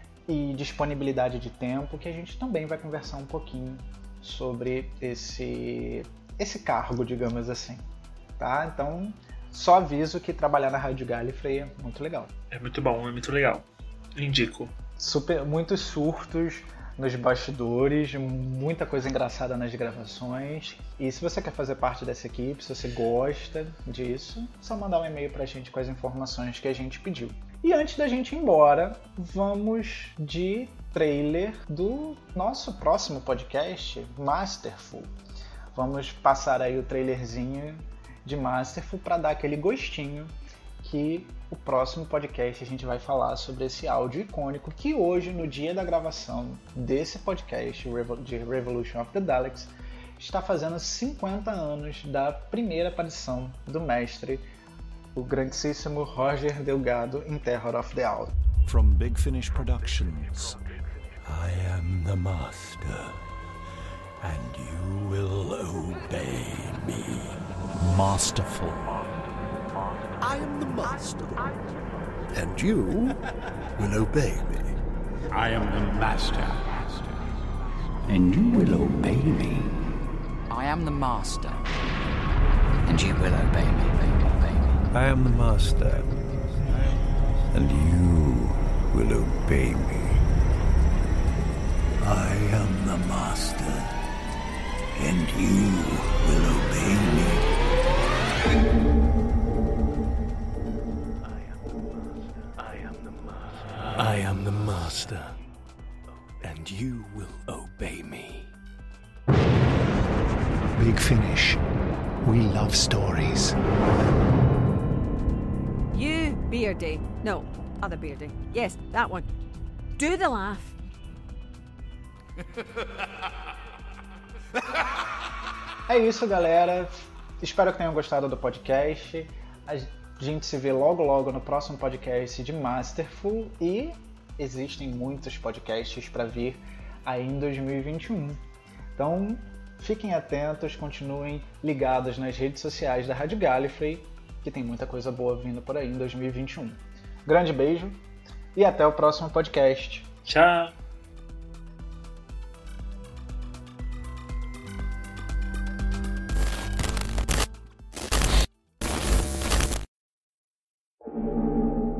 e disponibilidade de tempo, que a gente também vai conversar um pouquinho sobre esse, esse cargo, digamos assim. Tá? Então, só aviso que trabalhar na Rádio Gallifrey é muito legal. É muito bom, é muito legal. Indico. Super, muitos surtos nos bastidores, muita coisa engraçada nas gravações. E se você quer fazer parte dessa equipe, se você gosta disso, é só mandar um e-mail pra gente com as informações que a gente pediu. E antes da gente ir embora, vamos de trailer do nosso próximo podcast, Masterful. Vamos passar aí o trailerzinho de Masterful para dar aquele gostinho que o próximo podcast a gente vai falar sobre esse áudio icônico que hoje, no dia da gravação desse podcast de Revolution of the Daleks, está fazendo cinquenta anos da primeira aparição do mestre, o grandíssimo Roger Delgado, em Terror of the Owl. From Big Finish Productions, I am the master, and you will obey me. Masterful. I am the master, and you will obey me. I am the master, and you will obey me. I am the master, and you will obey me. Obey me. I am the master, and you will obey me. I am the master, and you will obey me. I am the master, and you will obey me. Big Finish. We love stories. You, Beardy. No, other Beardy. Yes, that one. Do the laugh. É isso, galera. Espero que tenham gostado do podcast. A gente se vê logo logo no próximo podcast de Masterful e existem muitos podcasts para vir aí em dois mil e vinte e um. Então, fiquem atentos, continuem ligados nas redes sociais da Rádio Gallifrey, que tem muita coisa boa vindo por aí em dois mil e vinte e um. Grande beijo e até o próximo podcast. Tchau! Thank you.